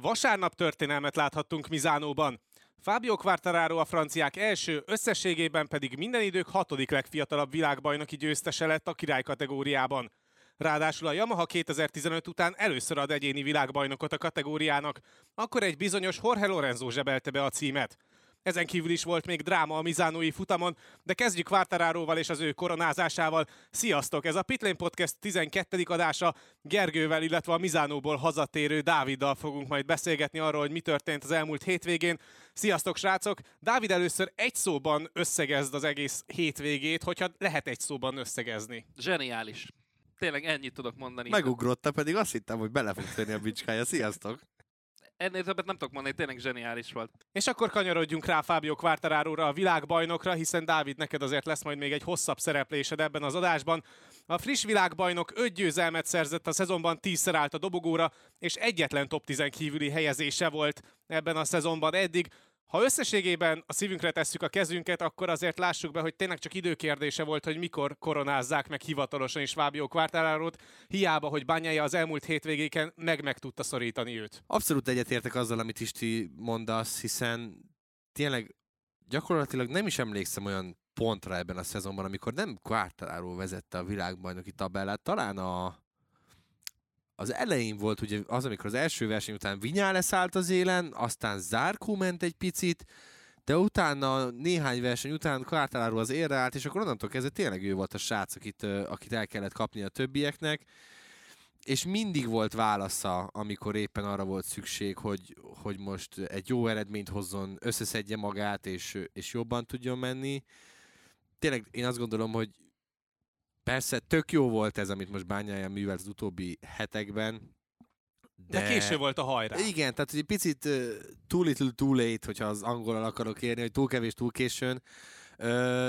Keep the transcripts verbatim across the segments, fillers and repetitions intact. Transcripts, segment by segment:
Vasárnap történelmet láthattunk Misánóban. Fabio Quartararo a franciák első, összességében pedig minden idők hatodik legfiatalabb világbajnoki győztese lett a király kategóriában. Ráadásul a Yamaha kétezer-tizenöt után először ad egyéni világbajnokot a kategóriának, akkor egy bizonyos Jorge Lorenzo zsebelte be a címet. Ezen kívül is volt még dráma a misánói futamon, de kezdjük Quartararóval és az ő koronázásával. Sziasztok! Ez a Pitlane Podcast tizenkettedik adása. Gergővel, illetve a Misánóból hazatérő Dáviddal fogunk majd beszélgetni arról, hogy mi történt az elmúlt hétvégén. Sziasztok, srácok! Dávid, először egy szóban összegezd az egész hétvégét, hogyha lehet egy szóban összegezni. Zseniális. Tényleg ennyit tudok mondani. Megugrotta, pedig azt hittem, hogy bele fog tenni a bicskája. Sziasztok! Ennél többet nem tudok mondani, tényleg zseniális volt. És akkor kanyarodjunk rá Fabio Quartararóra, a világbajnokra, hiszen Dávid, neked azért lesz majd még egy hosszabb szereplésed ebben az adásban. A friss világbajnok öt győzelmet szerzett a szezonban, tízszer állt a dobogóra, és egyetlen top tíz kívüli helyezése volt ebben a szezonban eddig. Ha összességében a szívünkre tesszük a kezünket, akkor azért lássuk be, hogy tényleg csak időkérdése volt, hogy mikor koronázzák meg hivatalosan is Fabio Quartararót, hiába, hogy Bagnaia az elmúlt hétvégéken meg meg tudta szorítani őt. Abszolút egyetértek azzal, amit Isti mondasz, hiszen tényleg gyakorlatilag nem is emlékszem olyan pontra ebben a szezonban, amikor nem Quartararo vezette a világbajnoki tabellát. Talán a, az elején volt ugye az, amikor az első verseny után Viñales állt az élen, aztán Zarco ment egy picit, de utána néhány verseny után Quartararo az élre állt, és akkor onnantól kezdve tényleg ő volt a srác, akit, akit el kellett kapni a többieknek, és mindig volt válasza, amikor éppen arra volt szükség, hogy, hogy most egy jó eredményt hozzon, összeszedje magát, és, és jobban tudjon menni. Tényleg én azt gondolom, hogy persze tök jó volt ez, amit most Bagnaia művelt az utóbbi hetekben. De, de késő volt a hajrá. Igen, tehát egy picit uh, too little, too late, hogyha az angolal akarok érni, hogy túl kevés, túl későn. Uh,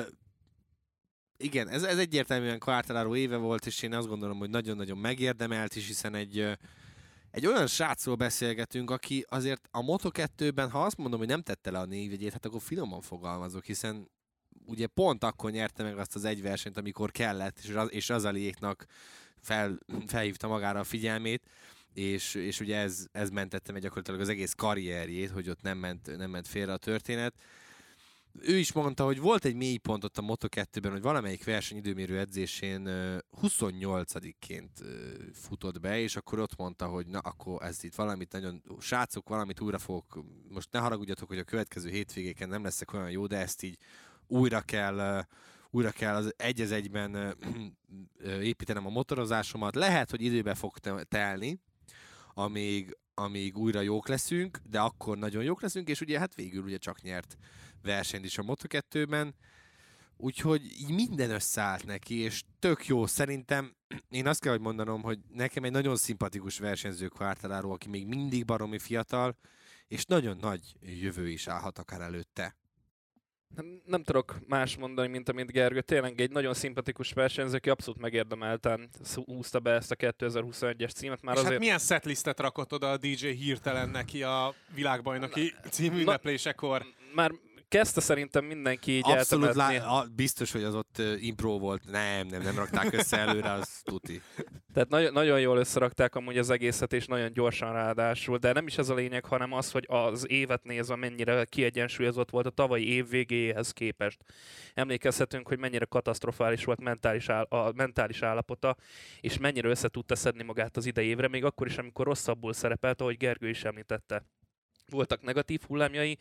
igen, ez, ez egyértelműen Quartararo éve volt, és én azt gondolom, hogy nagyon-nagyon megérdemelt is, hiszen egy, uh, egy olyan srácról beszélgetünk, aki azért a Moto kettőben, ha azt mondom, hogy nem tette le a névjegyét, hát akkor finoman fogalmazok, hiszen ugye pont akkor nyerte meg azt az egy versenyt, amikor kellett, és, és Razaliéknak fel, felhívta magára a figyelmét, és, és ugye ez, ez mentette meg gyakorlatilag az egész karrierjét, hogy ott nem ment, nem ment félre a történet. Ő is mondta, hogy volt egy mély pont ott a Moto kettőben, hogy valamelyik verseny időmérő edzésén huszonnyolcadikként futott be, és akkor ott mondta, hogy na, akkor ez itt valamit nagyon, srácok, valamit újra fogok, most ne haragudjatok, hogy a következő hétvégéken nem leszek olyan jó, de ezt így újra kell, újra kell az egy az egyben építenem a motorozásomat. Lehet, hogy időbe fog telni, amíg, amíg újra jók leszünk, de akkor nagyon jók leszünk, és ugye hát végül ugye csak nyert versenyt is a Moto kettőben, úgyhogy így minden összeállt neki, és tök jó. Szerintem én azt kell, hogy mondanom, hogy nekem egy nagyon szimpatikus versenyző Quartararo, aki még mindig baromi fiatal, és nagyon nagy jövő is állhat akár előtte. Nem, nem tudok más mondani, mint amit Gergő. Tényleg egy nagyon szimpatikus versenyző, aki abszolút megérdemelten húzta be ezt a kétezer-huszonegyes címet. Már és azért... hát milyen setlistet rakott oda a dé dzsé hirtelen neki a világbajnoki című ünneplésekor? Már kezdte szerintem mindenki így abszolút eltemetni. Lá- biztos, hogy az ott uh, impro volt. Nem, nem, nem rakták össze előre, az tuti. Tehát nagyon, nagyon jól összerakták amúgy az egészet, és nagyon gyorsan ráadásul, de nem is ez a lényeg, hanem az, hogy az évet nézve mennyire kiegyensúlyozott volt a tavalyi év végéhez képest. Emlékezhetünk, hogy mennyire katasztrofális volt mentális áll- a mentális állapota, és mennyire össze tudta szedni magát az idei évre, még akkor is, amikor rosszabbul szerepelt, ahogy Gergő is említette. Voltak negatív hullámjai,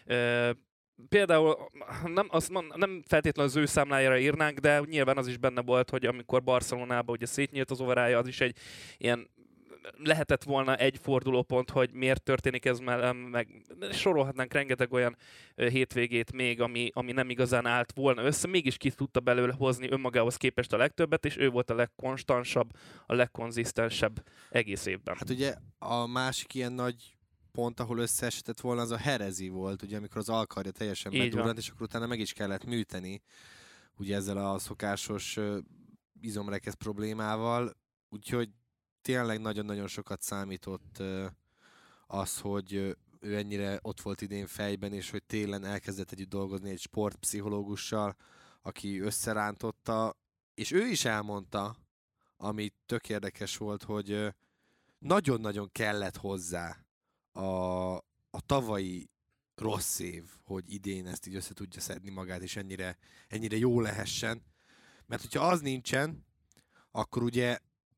például nem, azt mond, nem feltétlenül az ő számlájára írnánk, de nyilván az is benne volt, hogy amikor Barcelonában ugye szétnyílt az overája, az is egy ilyen lehetett volna egy fordulópont, hogy miért történik ez, meg sorolhatnánk rengeteg olyan hétvégét még, ami, ami nem igazán állt volna össze, mégis ki tudta belőle hozni önmagához képest a legtöbbet, és ő volt a legkonstansabb, a legkonzisztensebb egész évben. Hát ugye a másik ilyen nagy pont, ahol összeesett volna, az a Herezi volt, ugye, amikor az alkarja teljesen bedurrant, és akkor utána meg is kellett műteni, ugye ezzel a szokásos uh, izomrekesz problémával, úgyhogy tényleg nagyon-nagyon sokat számított uh, az, hogy uh, ő ennyire ott volt idén fejben, és hogy télen elkezdett együtt dolgozni egy sportpszichológussal, aki összerántotta, és ő is elmondta, ami tök érdekes volt, hogy uh, nagyon-nagyon kellett hozzá a, a tavalyi rossz év, hogy idén ezt így össze tudja szedni magát, és ennyire, ennyire jó lehessen. Mert hogyha az nincsen, akkor ugye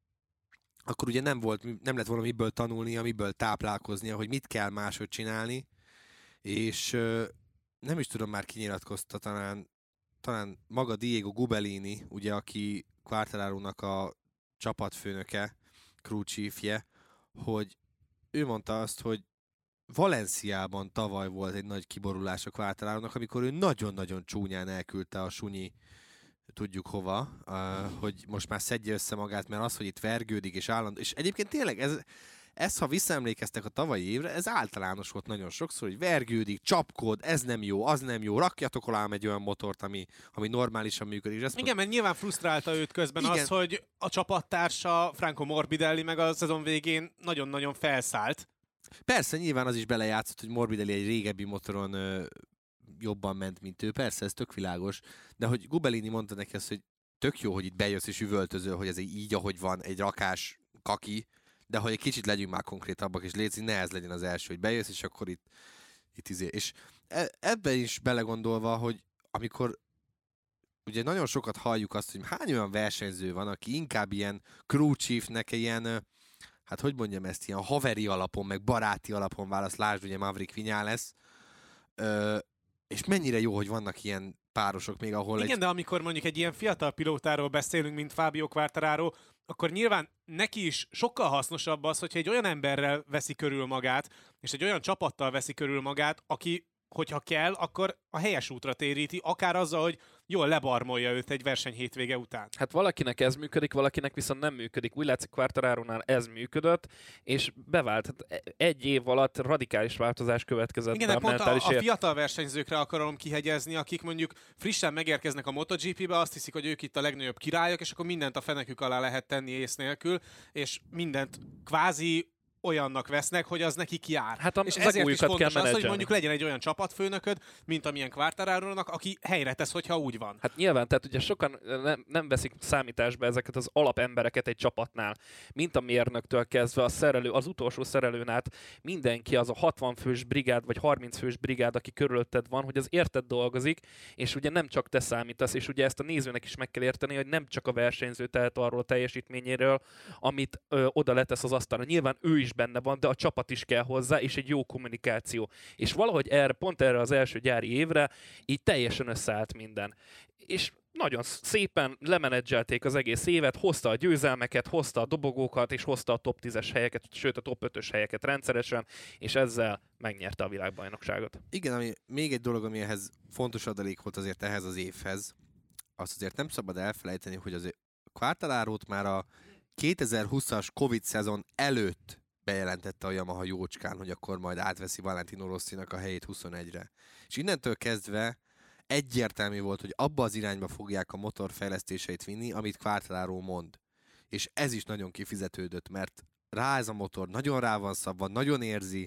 akkor ugye nem volt, nem lett volna miből tanulnia, miből táplálkoznia, hogy mit kell máshogy csinálni, és ö, nem is tudom, már kinyilatkozta, talán, talán maga Diego Gubelini, ugye, aki Quartararo-nak a csapatfőnöke, crew chiefje, hogy ő mondta azt, hogy Valenciában tavaly volt egy nagy kiborulás a Quartararo-nak, amikor ő nagyon-nagyon csúnyán elküldte a sunyi tudjuk hova, uh, hogy most már szedje össze magát, mert az, hogy itt vergődik és állandó, és egyébként tényleg ez, ez, ha visszaemlékeztek a tavalyi évre, ez általános volt nagyon sokszor, hogy vergődik, csapkod, ez nem jó, az nem jó, rakjatok alá egy olyan motort, ami, ami normálisan működik. És igen, mert nyilván frusztrálta őt közben igen. Az, hogy a csapattársa Franco Morbidelli meg a szezon végén nagyon-nagyon felszállt. Persze, nyilván az is belejátszott, hogy Morbidelli egy régebbi motoron ö, jobban ment, mint ő. Persze, ez tök világos. De hogy Gubelini mondta neki azt, hogy tök jó, hogy itt bejössz és üvöltözöl, hogy ez így, ahogy van, egy rakás kaki, de hogy egy kicsit legyünk már konkrétabbak, és légy, ne ez legyen az első, hogy bejössz, és akkor itt, itt izé. És ebben is belegondolva, hogy amikor ugye nagyon sokat halljuk azt, hogy hány olyan versenyző van, aki inkább ilyen crew chiefnek, ilyen, hát hogy mondjam ezt, ilyen haveri alapon, meg baráti alapon választ, lásd ugye Maverick Viñales, Ö, és mennyire jó, hogy vannak ilyen párosok még, ahol igen, egy... de amikor mondjuk egy ilyen fiatal pilótáról beszélünk, mint Fabio Quartararo, akkor nyilván neki is sokkal hasznosabb az, hogyha egy olyan emberrel veszi körül magát, és egy olyan csapattal veszi körül magát, aki, hogyha kell, akkor a helyes útra téríti, akár azzal, hogy jól lebarmolja őt egy verseny hétvége után. Hát valakinek ez működik, valakinek viszont nem működik. Úgy látszik, Quartararo-nál ez működött, és bevált. Hát egy év alatt radikális változás következett. Igen, de pont a, a fiatal versenyzőkre akarom kihegyezni, akik mondjuk frissen megérkeznek a MotoGP-be, azt hiszik, hogy ők itt a legnagyobb királyok, és akkor mindent a fenekük alá lehet tenni ész nélkül, és mindent kvázi olyannak vesznek, hogy az nekik jár. Hát a, és ezért is fontos az, hogy mondjuk legyen legyen egy olyan csapatfőnököd, mint amilyen Quartararo-nak, aki helyre tesz, hogyha úgy van. Hát nyilván, tehát ugye sokan nem, nem veszik számításba ezeket az alapembereket egy csapatnál, mint a mérnöktől kezdve a szerelő, az utolsó szerelőn át mindenki, az a hatvan fős brigád, vagy harminc fős brigád, aki körülötted van, hogy az érted dolgozik, és ugye nem csak te számítasz, és ugye ezt a nézőnek is meg kell érteni, hogy nem csak a versenyző tehet arról a teljesítményéről, amit ö, oda letesz az asztalra. Nyilván ő is benne van, de a csapat is kell hozzá, és egy jó kommunikáció. És valahogy erre, pont erre az első gyári évre így teljesen összeállt minden. És nagyon szépen lemenedzselték az egész évet, hozta a győzelmeket, hozta a dobogókat, és hozta a top tízes helyeket, sőt a top ötös helyeket rendszeresen, és ezzel megnyerte a világbajnokságot. Igen, ami még egy dolog, ami ehhez fontos adalék volt azért ehhez az évhez, azt azért nem szabad elfelejteni, hogy az Quartararót már a kétezer-húszas Covid szezon előtt bejelentette a Yamaha jócskán, hogy akkor majd átveszi Valentino Rossinak a helyét huszonegyre. És innentől kezdve egyértelmű volt, hogy abba az irányba fogják a motor fejlesztéseit vinni, amit Quartararo mond. És ez is nagyon kifizetődött, mert rá ez a motor nagyon rá van szabva, nagyon érzi,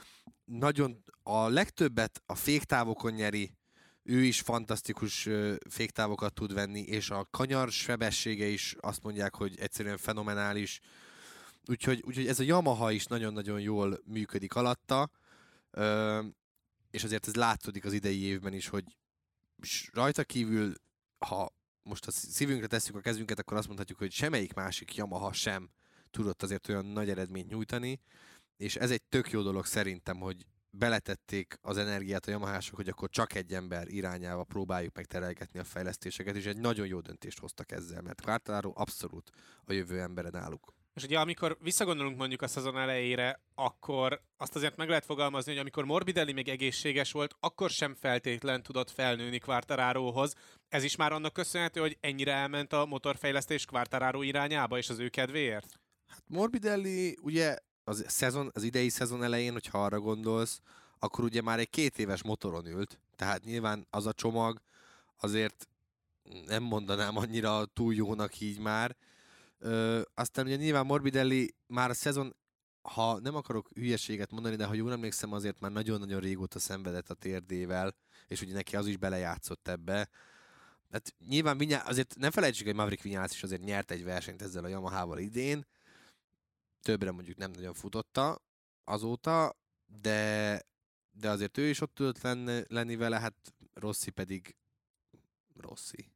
nagyon a legtöbbet a féktávokon nyeri, ő is fantasztikus féktávokat tud venni, és a kanyar sebessége is azt mondják, hogy egyszerűen fenomenális. Úgyhogy, úgyhogy ez a Yamaha is nagyon-nagyon jól működik alatta, Ö, és azért ez látszódik az idei évben is, hogy rajta kívül, ha most a szívünkre tesszük a kezünket, akkor azt mondhatjuk, hogy semmelyik másik Yamaha sem tudott azért olyan nagy eredményt nyújtani, és ez egy tök jó dolog szerintem, hogy beletették az energiát a Yamahások, hogy akkor csak egy ember irányába próbáljuk meg terelgetni a fejlesztéseket, és egy nagyon jó döntést hoztak ezzel, mert Quartararo abszolút a jövő embere náluk. És ugye amikor visszagondolunk mondjuk a szezon elejére, akkor azt azért meg lehet fogalmazni, hogy amikor Morbidelli még egészséges volt, akkor sem feltétlen tudott felnőni Quartararóhoz. Ez is már annak köszönhető, hogy ennyire elment a motorfejlesztés Quartararo irányába és az ő kedvéért? Hát Morbidelli ugye az, szezon, az idei szezon elején, hogyha arra gondolsz, akkor ugye már egy két éves motoron ült, tehát nyilván az a csomag azért nem mondanám annyira túl jónak így már. Ö, aztán ugye nyilván Morbidelli már a szezon, ha nem akarok hülyeséget mondani, de ha jól emlékszem, azért már nagyon-nagyon régóta szenvedett a térdével, és ugye neki az is belejátszott ebbe. Hát nyilván Vinyá, azért nem felejtsük, hogy Maverick Viñales is azért nyert egy versenyt ezzel a Yamahával idén, többre mondjuk nem nagyon futotta azóta, de, de azért ő is ott tudott lenni, lenni vele, hát Rossi pedig Rossi.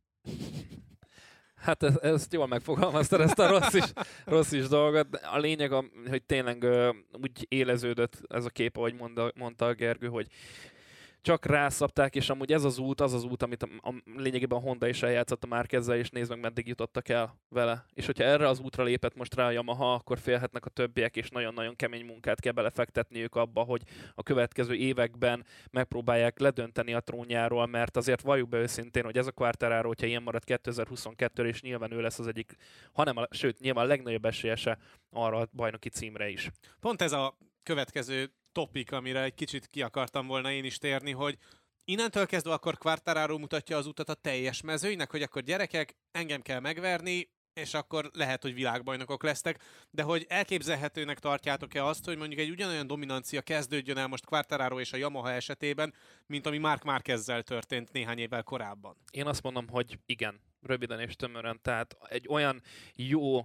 Hát ez, ezt jól megfogalmaztad, ezt a rossz is, rossz is dolgot. A lényeg, hogy tényleg úgy éleződött ez a kép, ahogy mondta, mondta a Gergő, hogy csak rászapták, és amúgy ez az út, az az út, amit a, a, lényegében a Honda is eljátszott a Márquezzel, és nézd meg, meddig jutottak el vele. És hogyha erre az útra lépett most rá a Yamaha, akkor félhetnek a többiek, és nagyon-nagyon kemény munkát kell belefektetniük abba, hogy a következő években megpróbálják ledönteni a trónjáról, mert azért valljuk be őszintén, hogy ez a Quartararo, hogyha ilyen marad kétezer-huszonkettőre, és nyilván ő lesz az egyik, hanem a, sőt, nyilván a legnagyobb esélyese arra a bajnoki címre is. Pont ez a következő topik, amire egy kicsit ki akartam volna én is térni, hogy innentől kezdve akkor Quartararo mutatja az utat a teljes mezőnynek, hogy akkor gyerekek, engem kell megverni, és akkor lehet, hogy világbajnokok lesznek, de hogy elképzelhetőnek tartjátok-e azt, hogy mondjuk egy ugyanolyan dominancia kezdődjön el most Quartararo és a Yamaha esetében, mint ami Marc Márquezzel történt néhány évvel korábban? Én azt mondom, hogy igen, röviden és tömören, tehát egy olyan jó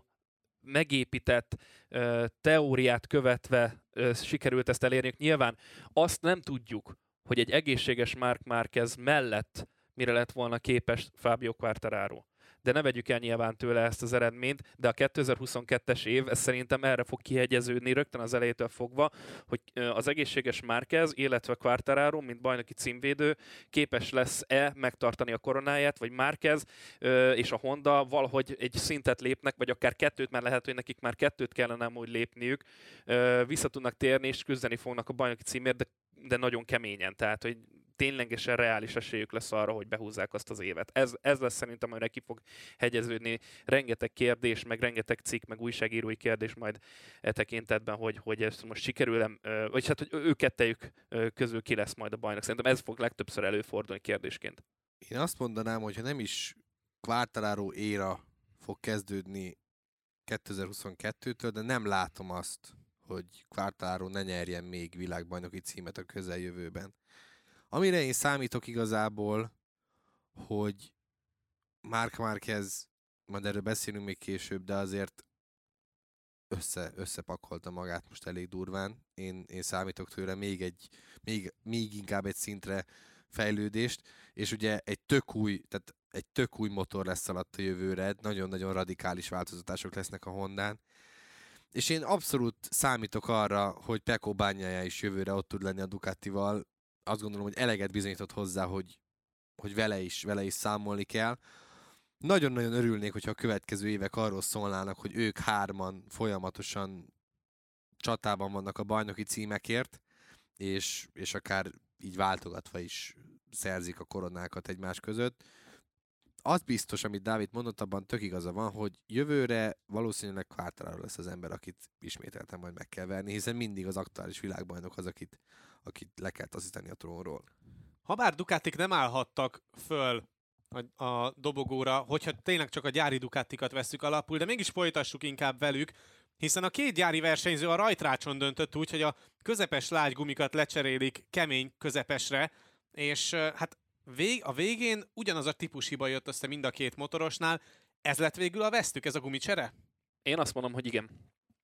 megépített uh, teóriát követve uh, sikerült ezt elérniük. Nyilván azt nem tudjuk, hogy egy egészséges Marc Márquez mellett mire lett volna képes Fabio Quartararo. De ne vegyük el nyilván tőle ezt az eredményt, de a kétezer-huszonkettes év ez szerintem erre fog kihegyeződni rögtön az elejétől fogva, hogy az egészséges Márquez, illetve Quartararo, mint bajnoki címvédő képes lesz-e megtartani a koronáját, vagy Márquez és a Honda valahogy egy szintet lépnek, vagy akár kettőt, mert lehet, hogy nekik már kettőt kellene amúgy lépniük, vissza tudnak térni és küzdeni fognak a bajnoki címért, de, de nagyon keményen, tehát hogy ténylegesen reális esélyük lesz arra, hogy behúzzák azt az évet. Ez, ez lesz szerintem, amire ki fog hegyeződni rengeteg kérdés, meg rengeteg cikk, meg újságírói kérdés majd e tekintetben, hogy, hogy ezt most sikerül, vagy hát, hogy ők kettejük közül ki lesz majd a bajnok. Szerintem ez fog legtöbbször előfordulni kérdésként. Én azt mondanám, hogyha nem is Quartararo éra fog kezdődni kétezer-huszonkettőtől, de nem látom azt, hogy Quartararo ne nyerjen még világbajnoki címet a közeljövőben. Amire én számítok igazából, hogy Marc Márquez, majd erről beszélünk még később, de azért össze, összepakolta magát most elég durván. Én, én számítok tőle még, egy, még, még inkább egy szintre fejlődést, és ugye egy tök új, tehát egy tök új motor lesz alatt a jövőre, nagyon-nagyon radikális változtatások lesznek a Hondán. És én abszolút számítok arra, hogy Pecco Bagnaia is jövőre ott tud lenni a Ducatival. Azt gondolom, hogy eleget bizonyított hozzá, hogy, hogy vele, is, vele is számolni kell. Nagyon-nagyon örülnék, hogyha a következő évek arról szólnának, hogy ők hárman folyamatosan csatában vannak a bajnoki címekért, és, és akár így váltogatva is szerzik a koronákat egymás között. Az biztos, amit Dávid mondott, abban tök igaza van, hogy jövőre valószínűleg Quartararo lesz az ember, akit ismételten majd meg kell verni, hiszen mindig az aktuális világbajnok az, akit, akit le kell taszítani a trónról. Habár Ducatik nem állhattak föl a, a dobogóra, hogyha tényleg csak a gyári Ducatikat vesszük alapul, de mégis folytassuk inkább velük, hiszen a két gyári versenyző a rajtrácson döntött úgy, hogy a közepes lágy gumikat lecserélik kemény közepesre, és hát vég, a végén ugyanaz a típushiba jött össze mind a két motorosnál. Ez lett végül a vesztük, ez a gumicsere? Én azt mondom, hogy igen.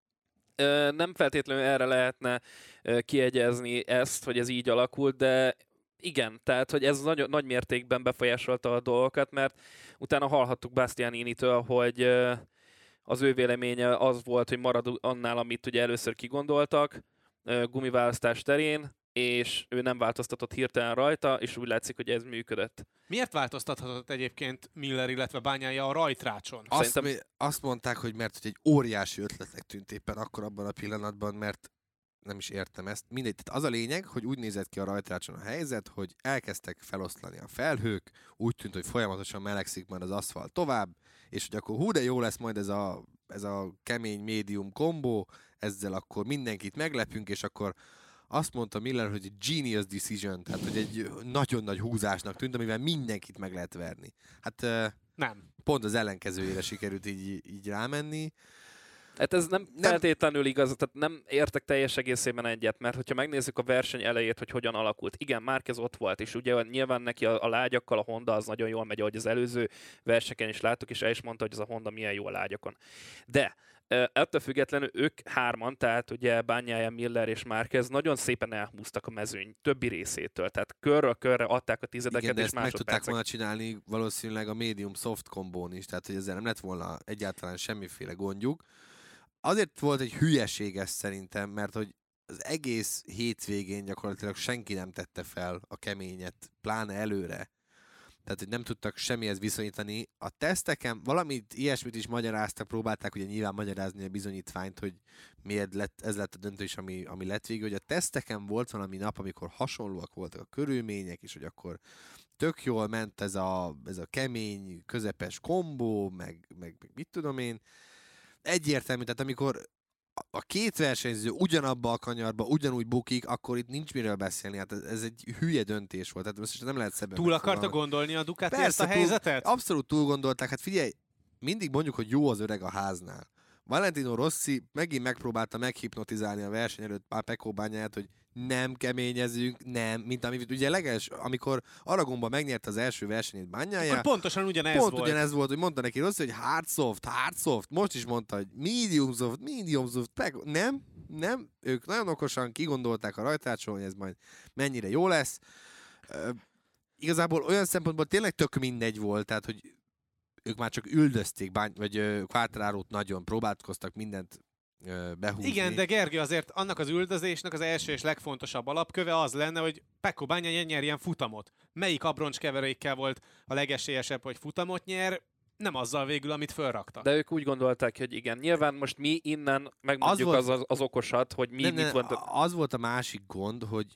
Ö, nem feltétlenül erre lehetne ö, kiegyezni ezt, hogy ez így alakult, de igen, tehát hogy ez nagy, nagy mértékben befolyásolta a dolgokat, mert utána hallhattuk Bastianinitől, hogy ö, az ő véleménye az volt, hogy marad annál, amit ugye először kigondoltak ö, gumiválasztás terén, és ő nem változtatott hirtelen rajta, és úgy látszik, hogy ez működött. Miért változtathatott egyébként Miller, illetve Bagnaia a rajtrácson? Azt, Szerintem... azt mondták, hogy mert hogy egy óriási ötletnek tűnt éppen akkor abban a pillanatban, mert nem is értem ezt. Mindegy, tehát az a lényeg, hogy úgy nézett ki a rajtrácson a helyzet, hogy elkezdtek feloszlani a felhők, úgy tűnt, hogy folyamatosan melegszik majd az aszfalt tovább, és hogy akkor hú, de jó lesz majd ez a, ez a kemény médium kombó, ezzel akkor mindenkit meglepünk, és akkor azt mondta Miller, hogy egy genius decision, tehát hogy egy nagyon nagy húzásnak tűnt, amivel mindenkit meg lehet verni. Hát nem. Pont az ellenkezőjére sikerült így, így rámenni. Hát ez nem, nem feltétlenül igaz, tehát nem értek teljes egészében egyet, mert hogyha megnézzük a verseny elejét, hogy hogyan alakult. Igen, Márquez ott volt, és ugye nyilván neki a, a lágyakkal a Honda az nagyon jól megy, ahogy az előző verseken is láttuk, és el is mondta, hogy ez a Honda milyen jó a lágyakon. De ettől függetlenül ők hárman, tehát ugye Bagnaia, Miller és Márquez nagyon szépen elhúztak a mezőny többi részétől, tehát körről körre adták a tizedeket. Igen, de és ezt meg tudták másodpercek. volna csinálni valószínűleg a medium soft kombón is, tehát hogy ezzel nem lett volna egyáltalán semmiféle gondjuk. Azért volt egy hülyeség ez szerintem, mert hogy az egész hétvégén gyakorlatilag senki nem tette fel a keményet, pláne előre. Tehát, hogy nem tudtak semmihez viszonyítani. A teszteken valamit ilyesmit is magyaráztak, próbálták ugye nyilván magyarázni a bizonyítványt, hogy miért lett, ez lett a döntés, ami, ami lett végül, hogy a teszteken volt valami nap, amikor hasonlóak voltak a körülmények, és hogy akkor tök jól ment ez a, ez a kemény, közepes kombó, meg, meg, meg mit tudom én. Egyértelmű, tehát amikor a két versenyző ugyanabba a kanyarba ugyanúgy bukik, akkor itt nincs miről beszélni. Hát ez, ez egy hülye döntés volt. Tehát most nem lehet szebben Túl akarta gondolni a Ducati ezt a túl, helyzetet? abszolút túl gondolták. Hát figyelj, mindig mondjuk, hogy jó az öreg a háznál. Valentino Rossi megint megpróbálta meghipnotizálni a verseny előtt a Pecco Bagnaia-t, hogy nem keményezünk, nem, mint amit ugye leges, amikor Aragonban megnyerte az első versenyét Bagnaia, Akkor pontosan ugyanez pont volt. ugyanez volt, hogy mondta neki Rossi, hogy hard soft, hard soft, most is mondta, hogy medium soft, medium soft, Pecco. Nem, nem, ők nagyon okosan kigondolták a rajtrácson, hogy ez majd mennyire jó lesz. Uh, igazából olyan szempontból tényleg tök mindegy volt, tehát, hogy ők már csak üldözték, bány, vagy uh, Quartararót nagyon, próbálkoztak mindent uh, behúzni. Igen, de Gergő, azért annak az üldözésnek az első és legfontosabb alapköve az lenne, hogy Pecco Bagnaia nyerjen futamot. Melyik abroncskeverékkel volt a legesélyesebb, hogy futamot nyer, nem azzal végül, amit fölraktak. De ők úgy gondolták, hogy igen, nyilván most mi innen megmondjuk az, az, az, az okosat, hogy mi nem, mit nem, volt. Az volt a másik gond, hogy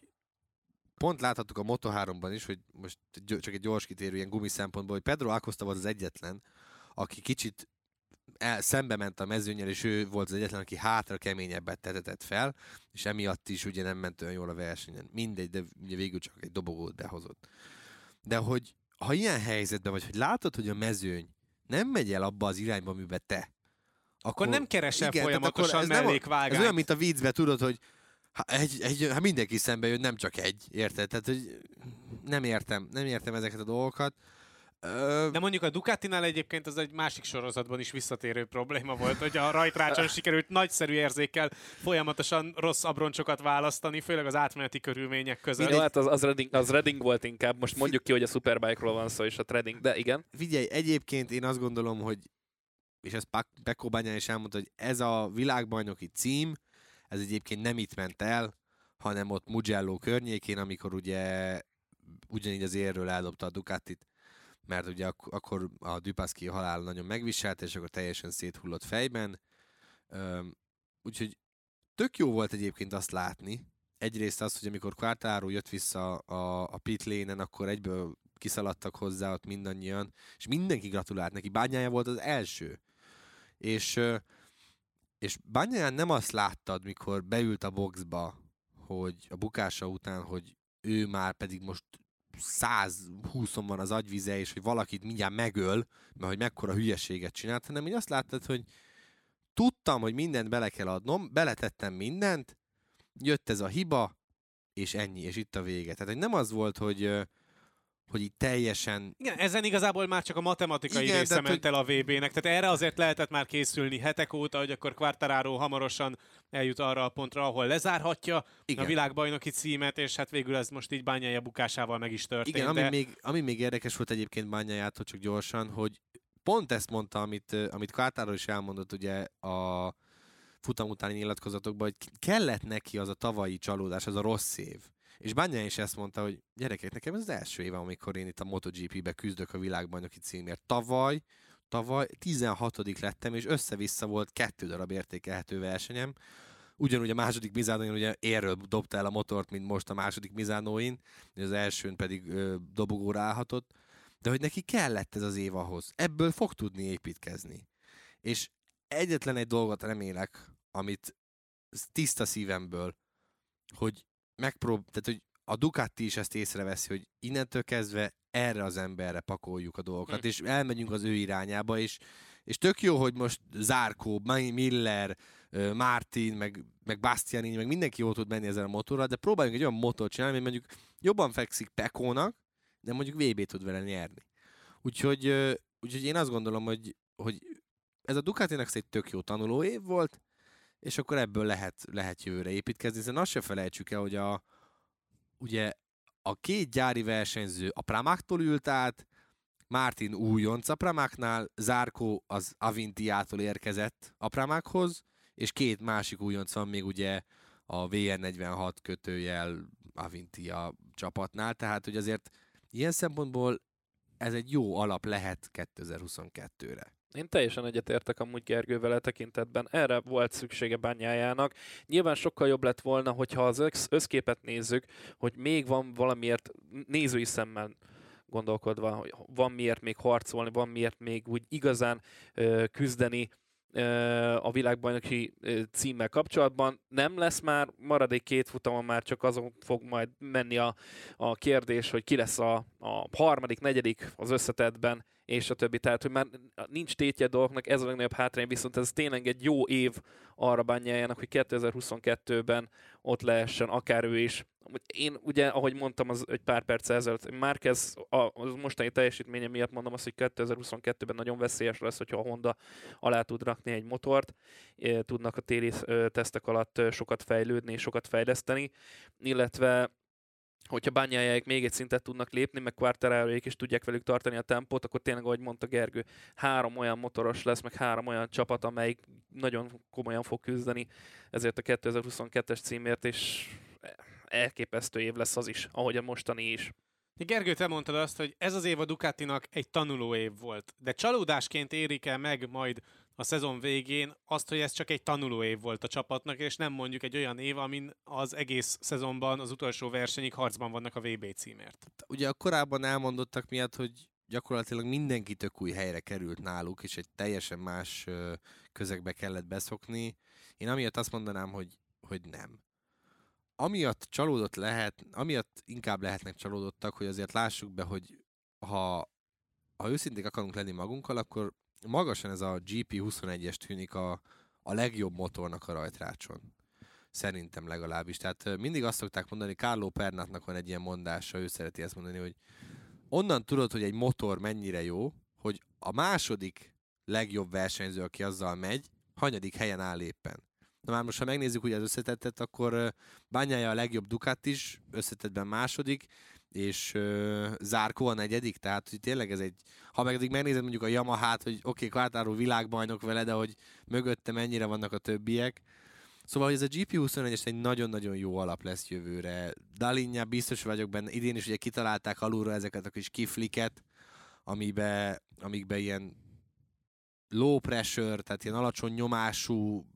pont láthattuk a Moto háromban is, hogy most csak egy gyors kitérő ilyen gumi szempontból, hogy Pedro Acosta volt az egyetlen, aki kicsit el, szembe ment a mezőnnyel, és ő volt az egyetlen, aki hátra keményebbet tetetett fel, és emiatt is ugye nem ment olyan jól a versenyen. Mindegy, de ugye végül csak egy dobogót behozott. De hogy ha ilyen helyzetben vagy, hogy látod, hogy a mezőny nem megy el abba az irányba, amiben te, akkor, akkor nem keresel igen, folyamatosan ez mellékvágányt. Ez olyan, mint a viccben, tudod, hogy ha, egy, egy, ha mindenki szembe jön, nem csak egy, érted? Tehát, hogy nem értem, nem értem ezeket a dolgokat. Ö... De mondjuk a Ducatinál egyébként az egy másik sorozatban is visszatérő probléma volt, hogy a rajtrácson sikerült nagyszerű érzékkel folyamatosan rossz abroncsokat választani, főleg az átmeneti körülmények között. Jó, hát az, az, Redding, az Redding volt inkább, most mondjuk ki, hogy a Superbike-ról van szó, és a Redding, de igen. Figyelj, egyébként én azt gondolom, hogy, és ezt Pecco Bagnaia is elmondta, hogy ez a világbajnoki cím, ez egyébként nem itt ment el, hanem ott Mugello környékén, amikor ugye ugyanígy az érről eldobta a Ducatit, mert ugye ak- akkor a Dupasquier halál nagyon megviselt, és akkor teljesen széthullott fejben. Üm, úgyhogy tök jó volt egyébként azt látni. Egyrészt az, hogy amikor Quartararo jött vissza a, a pit lane-en, akkor egyből kiszaladtak hozzá ott mindannyian, és mindenki gratulált neki. Bagnaia volt az első. És, és Bagnaia nem azt láttad, mikor beült a boxba, hogy a bukása után, hogy ő már pedig most száz húszon van az agyvize, és hogy valakit mindjárt megöl, mert hogy mekkora hülyeséget csinált, hanem hogy azt láttad, hogy tudtam, hogy mindent bele kell adnom, beletettem mindent, jött ez a hiba, és ennyi, és itt a vége. Tehát hogy nem az volt, hogy, hogy így teljesen... Igen, ezen igazából már csak a matematikai Igen, része ment el a vé bének, tehát erre azért lehetett már készülni hetek óta, hogy akkor Quartararo hamarosan eljut arra a pontra, ahol lezárhatja Igen. a világbajnoki címet, és hát végül ez most így Bagnaia bukásával meg is történt. Igen, de... ami, még, ami még érdekes volt egyébként Bagnaiától, csak gyorsan, hogy pont ezt mondta, amit, amit Quartararo is elmondott ugye a futam utáni nyilatkozatokban, hogy kellett neki az a tavalyi csalódás, az a rossz év. És Bagnaia is ezt mondta, hogy gyerekek, nekem ez az első év, amikor én itt a MotoGP-be küzdök a világbajnoki címért. Tavaly, tavaly tizenhatodik lettem, és össze-vissza volt kettő darab értékelhető versenyem. Ugyanúgy a második Misánóin ugye érről dobta el a motort, mint most a második Misánóin, az elsőn pedig ö, dobogóra állhatott. De hogy neki kellett ez az év ahhoz. Ebből fog tudni építkezni. És egyetlen egy dolgot remélek, amit tiszta szívemből, hogy megprób... Tehát, hogy a Ducati is ezt észreveszi, hogy innentől kezdve erre az emberre pakoljuk a dolgokat, mm. és elmegyünk az ő irányába, és, és tök jó, hogy most Zarco, Miller, Martin, meg, meg Bastianini, meg mindenki jól tud menni ezzel a motorral, de próbáljunk egy olyan motort csinálni, hogy mondjuk jobban fekszik Pecónak, de mondjuk vé bét tud vele nyerni. Úgyhogy, úgyhogy én azt gondolom, hogy, hogy ez a Ducatinak egy tök jó tanuló év volt, és akkor ebből lehet, lehet jövőre építkezni, hiszen azt se felejtsük el, hogy a, ugye a két gyári versenyző a Pramac-tól ült át, Martin újonc a Pramacnál, Zarco az Avintiától érkezett a Pramachoz, és két másik újonc van még ugye a vé er negyvenhat kötőjel Avintia csapatnál, tehát hogy azért ilyen szempontból ez egy jó alap lehet kétezer-huszonkettőre. Én teljesen egyetértek amúgy Gergővel a tekintetben. Erre volt szüksége Bagnajának. Nyilván sokkal jobb lett volna, hogyha az össz- összképet nézzük, hogy még van valamiért nézői szemmel gondolkodva, hogy van miért még harcolni, van miért még úgy igazán ö, küzdeni ö, a világbajnoki ö, címmel kapcsolatban. Nem lesz már, maradék két futamon már csak azon fog majd menni a, a kérdés, hogy ki lesz a, a harmadik, negyedik az összetettben, és a többi. Tehát, hogy már nincs tétje a dolgoknak, ez a legnagyobb hátrány, viszont ez tényleg egy jó év arra Bagnajának, hogy kétezer-huszonkettőben ott lehessen akár ő is. Én ugye, ahogy mondtam az egy pár perc ezelőtt, Márquez a mostani teljesítménye miatt mondom azt, hogy kétezer-huszonkettőben nagyon veszélyes lesz, hogyha a Honda alá tud rakni egy motort, tudnak a téli tesztek alatt sokat fejlődni és sokat fejleszteni, illetve hogyha Bagnajáék még egy szintet tudnak lépni, meg Quartararoék is tudják velük tartani a tempót, akkor tényleg, ahogy mondta Gergő, három olyan motoros lesz, meg három olyan csapat, amelyik nagyon komolyan fog küzdeni ezért a kétezer-huszonkettes címért, és elképesztő év lesz az is, ahogy a mostani is. Gergő, te mondtad azt, hogy ez az év a Ducatinak egy tanuló év volt, de csalódásként érik el meg majd a szezon végén azt, hogy ez csak egy tanuló év volt a csapatnak, és nem mondjuk egy olyan év, amin az egész szezonban az utolsó versenyig harcban vannak a vé bé címért. Ugye a korábban elmondottak miatt, hogy gyakorlatilag mindenki tök új helyre került náluk, és egy teljesen más közegbe kellett beszokni. Én amiatt azt mondanám, hogy, hogy nem. Amiatt csalódott lehet, amiatt inkább lehetnek csalódottak, hogy azért lássuk be, hogy ha, ha őszinték akarunk lenni magunkkal, akkor magasan ez a gé pé huszonegyes tűnik a, a legjobb motornak a rajtrácson. Szerintem legalábbis. Tehát mindig azt szokták mondani, Carlo Pernatnak van egy ilyen mondása, ő szereti ezt mondani, hogy onnan tudod, hogy egy motor mennyire jó, hogy a második legjobb versenyző, aki azzal megy, hanyadik helyen áll éppen. Na már most, ha megnézzük ugye az összetettet, akkor Bagnaia a legjobb Ducatis, összetettben második, és uh, Zarco a negyedik, tehát hogy tényleg ez egy, ha meg megnézed mondjuk a Yamahát, hogy oké, okay, Quartararo világbajnok vele, de hogy mögötte mennyire vannak a többiek. Szóval, hogy ez a gé pé huszonegyes egy nagyon-nagyon jó alap lesz jövőre. Dalinja biztos vagyok benne, idén is ugye kitalálták alulra ezeket a kis kifliket, amiben, amikben ilyen low pressure, tehát ilyen alacsony nyomású,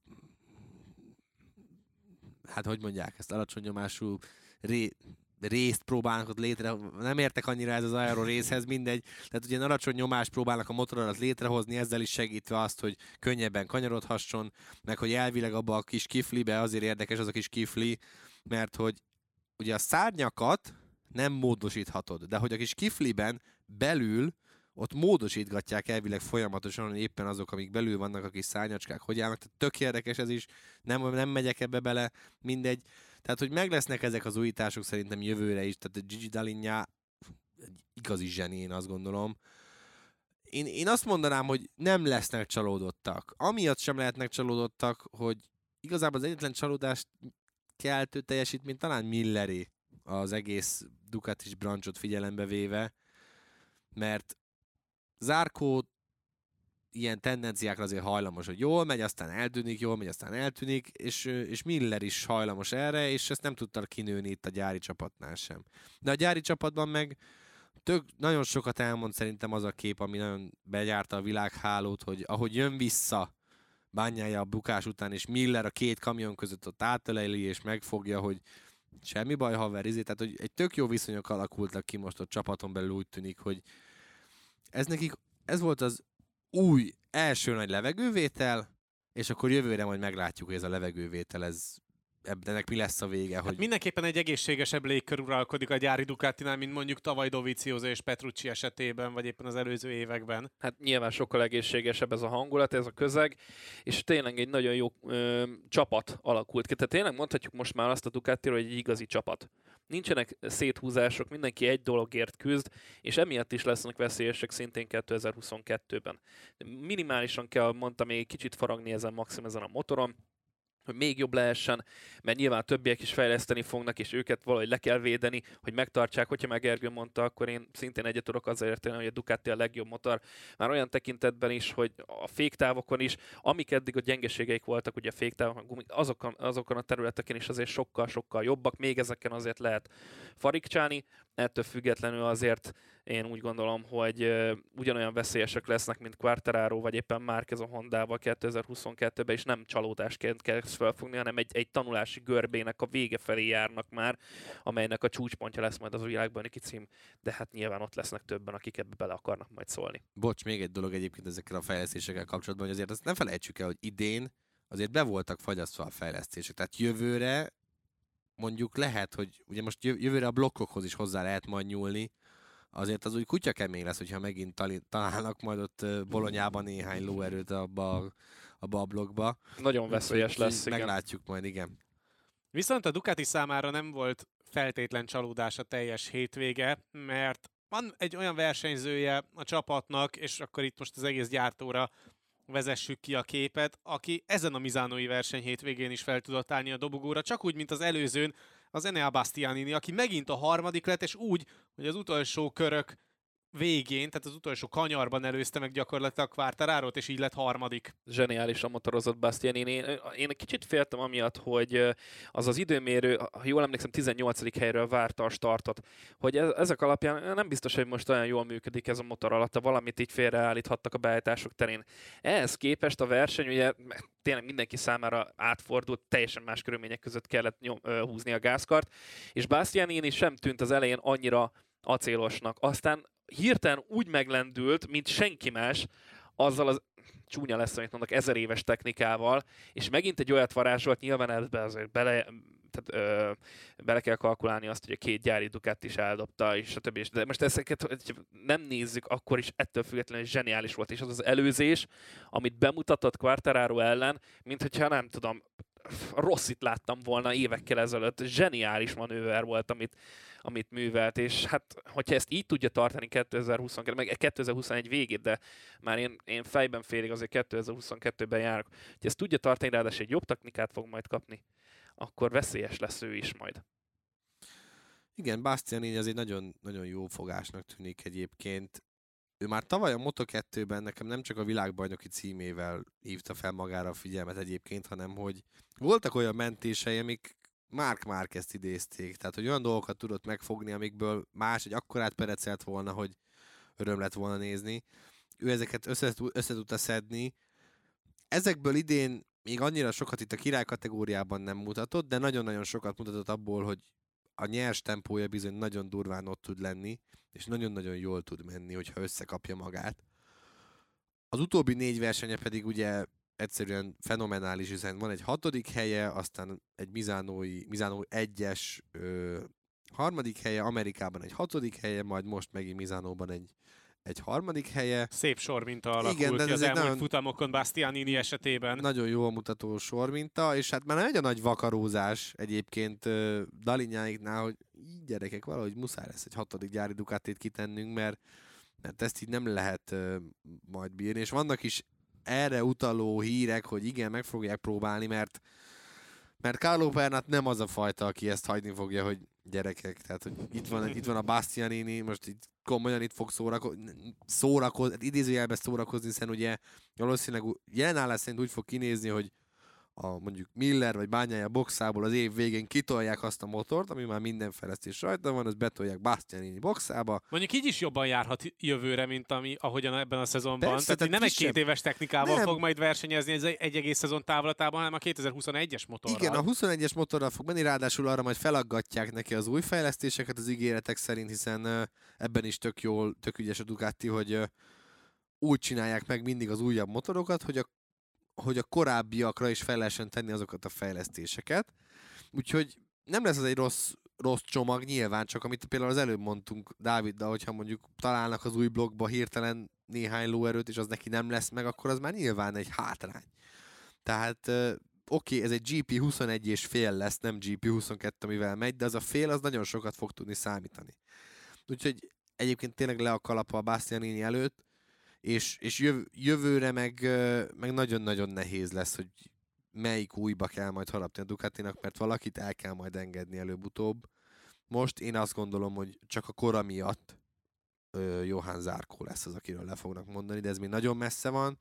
hát hogy mondják ezt, alacsony nyomású ré, részt próbálnak ott létre, nem értek annyira ez az aero részhez, mindegy, tehát ugye alacsony nyomást próbálnak a motor alatt létrehozni, ezzel is segítve azt, hogy könnyebben kanyarodhasson, meg hogy elvileg abba a kis kiflibe azért érdekes az a kis kifli, mert hogy ugye a szárnyakat nem módosíthatod, de hogy a kis kifliben belül ott módosítgatják elvileg folyamatosan, hogy éppen azok, amik belül vannak, a kis szárnyacskák, hogy állnak. Tehát tök érdekes ez is, nem, nem megyek ebbe bele, mindegy. Tehát, hogy meg lesznek ezek az újítások szerintem jövőre is, tehát a Gigi Dall'Igna egy igazi zseni, én azt gondolom. Én, én azt mondanám, hogy nem lesznek csalódottak. Amiatt sem lehetnek csalódottak, hogy igazából az egyetlen csalódást keltő teljesítmény talán Milleré az egész Ducatis branchot figyelembe véve, mert Zarco ilyen tendenciákra azért hajlamos, hogy jól megy, aztán eltűnik, jól megy, aztán eltűnik, és, és Miller is hajlamos erre, és ezt nem tudta kinőni itt a gyári csapatnál sem. De a gyári csapatban meg tök, nagyon sokat elmond szerintem az a kép, ami nagyon begyárta a világhálót, hogy ahogy jön vissza Bagnaia a bukás után, és Miller a két kamion között ott átöleli, és megfogja, hogy semmi baj, haver, izé, tehát hogy egy tök jó viszonyok alakultak ki most a csapaton belül, úgy tűnik, hogy ez nekik, ez volt az új első nagy levegővétel, és akkor jövőre majd meglátjuk, hogy ez a levegővétel ez ennek mi lesz a vége. Hát hogy... mindenképpen egy egészségesebb légkör uralkodik a gyári Ducatinál, mint mondjuk tavaly Dovizioso és Petrucci esetében, vagy éppen az előző években. Hát nyilván sokkal egészségesebb ez a hangulat, ez a közeg, és tényleg egy nagyon jó ö, csapat alakult ki. Tehát tényleg mondhatjuk most már azt a Ducatiról, hogy egy igazi csapat. Nincsenek széthúzások, mindenki egy dologért küzd, és emiatt is lesznek veszélyesek szintén kétezer-huszonkettőben. Minimálisan kell, mondtam, még kicsit faragni ezen maximum ezen a motoron, hogy még jobb lehessen, mert nyilván a többiek is fejleszteni fognak, és őket valahogy le kell védeni, hogy megtartsák. Hogyha meg Gergő mondta, akkor én szintén egyet tudok azzal érteni, hogy a Ducati a legjobb motor. Már olyan tekintetben is, hogy a féktávokon is, amik eddig a gyengeségeik voltak, ugye a féktávokon, azokon, azokon a területeken is azért sokkal-sokkal jobbak, még ezeken azért lehet farigcsálni, ettől függetlenül azért én úgy gondolom, hogy uh, ugyanolyan veszélyesek lesznek, mint Quartararo, vagy éppen Márquez a Hondával kétezer-huszonkettőben, és nem csalódásként kell ezt felfogni, hanem egy, egy tanulási görbének a vége felé járnak már, amelynek a csúcspontja lesz majd az a világbajnoki cím, de hát nyilván ott lesznek többen, akik ebbe bele akarnak majd szólni. Bocs, még egy dolog egyébként ezekkel a fejlesztésekkel kapcsolatban, hogy azért azt nem felejtsük el, hogy idén azért be voltak fagyasztva a fejlesztések, tehát jövőre mondjuk lehet, hogy ugye most jövőre a blokkokhoz is hozzá lehet majd nyúlni, azért az úgy kutya kemény lesz, hogyha megint tali- találnak majd ott Bolonyában néhány lóerőt abba, abba a blokkba. Nagyon veszélyes lesz, igen. Meglátjuk majd, igen. Viszont a Ducati számára nem volt feltétlen csalódás a teljes hétvége, mert van egy olyan versenyzője a csapatnak, és akkor itt most az egész gyártóra vezessük ki a képet, aki ezen a misánói verseny hétvégén is fel tudott állni a dobogóra, csak úgy, mint az előzőn az Enea Bastianini, aki megint a harmadik lett, és úgy, hogy az utolsó körök végén, tehát az utolsó kanyarban előzte meg gyakorlatilag Quartararot, és így lett harmadik. Zseniálisan motorozott Bastianini. Én, én egy kicsit féltem amiatt, hogy az az időmérő, ha jól emlékszem, tizennyolcadik helyről várta a startot. Hogy ezek alapján nem biztos, hogy most olyan jól működik ez a motor alatt, valamit így félreállíthattak a beállítások terén. Ehhez képest a verseny, ugye tényleg mindenki számára átfordult, teljesen más körülmények között kellett nyom, húzni a gázkart, és Bastianini sem tűnt az elején annyira acélosnak. Aztán hirtelen úgy meglendült, mint senki más, azzal az csúnya lesz, amit mondok, ezer éves technikával, és megint egy olyat varázsolt, nyilván ebbe azért bele, tehát, ö, bele kell kalkulálni azt, hogy a két gyári Ducati is eldobta, és a többi is. De most ezeket nem nézzük, akkor is ettől függetlenül zseniális volt, és az az előzés, amit bemutatott Quartararo ellen, mint hogyha nem tudom, Rossit láttam volna évekkel ezelőtt. Zseniális manőver volt, amit, amit művelt, és hát, hogyha ezt így tudja tartani kétezer-huszonkettő, meg kétezer-huszonegy végét, de már én, én fejben félig azért kétezer-huszonkettőben járok, hogy ezt tudja tartani, ráadásul egy jobb technikát fog majd kapni, akkor veszélyes lesz ő is majd. Igen, Bastianini az egy nagyon, nagyon jó fogásnak tűnik egyébként. Ő már tavaly a Moto kettőben nekem nem csak a világbajnoki címével hívta fel magára a figyelmet egyébként, hanem hogy voltak olyan mentései, amik Marc Márquezt idézték. Tehát, hogy olyan dolgokat tudott megfogni, amikből más egy akkorát perecelt volna, hogy öröm lett volna nézni. Ő ezeket össze, össze tudta szedni. Ezekből idén még annyira sokat itt a király kategóriában nem mutatott, de nagyon-nagyon sokat mutatott abból, hogy a nyers tempója bizony nagyon durván ott tud lenni, és nagyon-nagyon jól tud menni, hogyha összekapja magát. Az utóbbi négy versenye pedig ugye egyszerűen fenomenális, hiszen van egy hatodik helye, aztán egy Misánói, Misánó egyes ö, harmadik helye, Amerikában egy hatodik helye, majd most megint Misánóban egy, egy harmadik helye. Szép sorminta alakult Igen, de ki az ez elmúlt nagyon, futamokon Bastianini esetében. Nagyon jól mutató sorminta, és hát már nem egy a nagy vakarózás egyébként uh, Dalinyáiknál, hogy így gyerekek, valahogy muszáj lesz egy hatodik gyári Ducatit kitennünk, mert, mert ezt így nem lehet uh, majd bírni, és vannak is erre utaló hírek, hogy igen, meg fogják próbálni, mert mert Carlo Pernat nem az a fajta, aki ezt hagyni fogja, hogy gyerekek, tehát hogy itt van, itt van a Bastianini, most itt komolyan itt fog szórakozni, szórakozni, idézőjelben szórakozni, hiszen ugye valószínűleg jelen állás szerint úgy fog kinézni, hogy a mondjuk Miller vagy Bagnaia boxából az év végén kitolják azt a motort, ami már minden fejlesztés rajta van, azt betolják Bastianini boxába. Mondjuk így is jobban járhat jövőre, mint ami, ahogyan ebben a szezonban. Persze, tehát, tehát nem egy kisebb. két éves technikával Nem. fog majd versenyezni ez egy egész szezon távlatában, hanem a kétezer-huszonegyes motorral. Igen, a huszonegyes motorral fog menni, ráadásul arra majd felaggatják neki az új fejlesztéseket az ígéretek szerint, hiszen uh, ebben is tök jól, tök ügyes a Ducati, hogy uh, úgy csinálják meg mindig az újabb motorokat, hogy a hogy a korábbiakra is fel lehessen tenni azokat a fejlesztéseket. Úgyhogy nem lesz ez egy rossz, rossz csomag nyilván, csak amit például az előbb mondtunk Dáviddal, hogyha mondjuk találnak az új blokkba hirtelen néhány lóerőt, és az neki nem lesz meg, akkor az már nyilván egy hátrány. Tehát oké, okay, ez egy gé pé huszonegy és fél lesz, nem gé pé huszonkettő, amivel megy, de az a fél az nagyon sokat fog tudni számítani. Úgyhogy egyébként tényleg le a kalapa a Bastianini előtt, és, és jövő, jövőre meg, meg nagyon-nagyon nehéz lesz, hogy melyik újba kell majd harapni a Ducatinak, mert valakit el kell majd engedni előbb-utóbb. Most én azt gondolom, hogy csak a kora miatt ö, Johann Zarco lesz az, akiről le fognak mondani, de ez még nagyon messze van,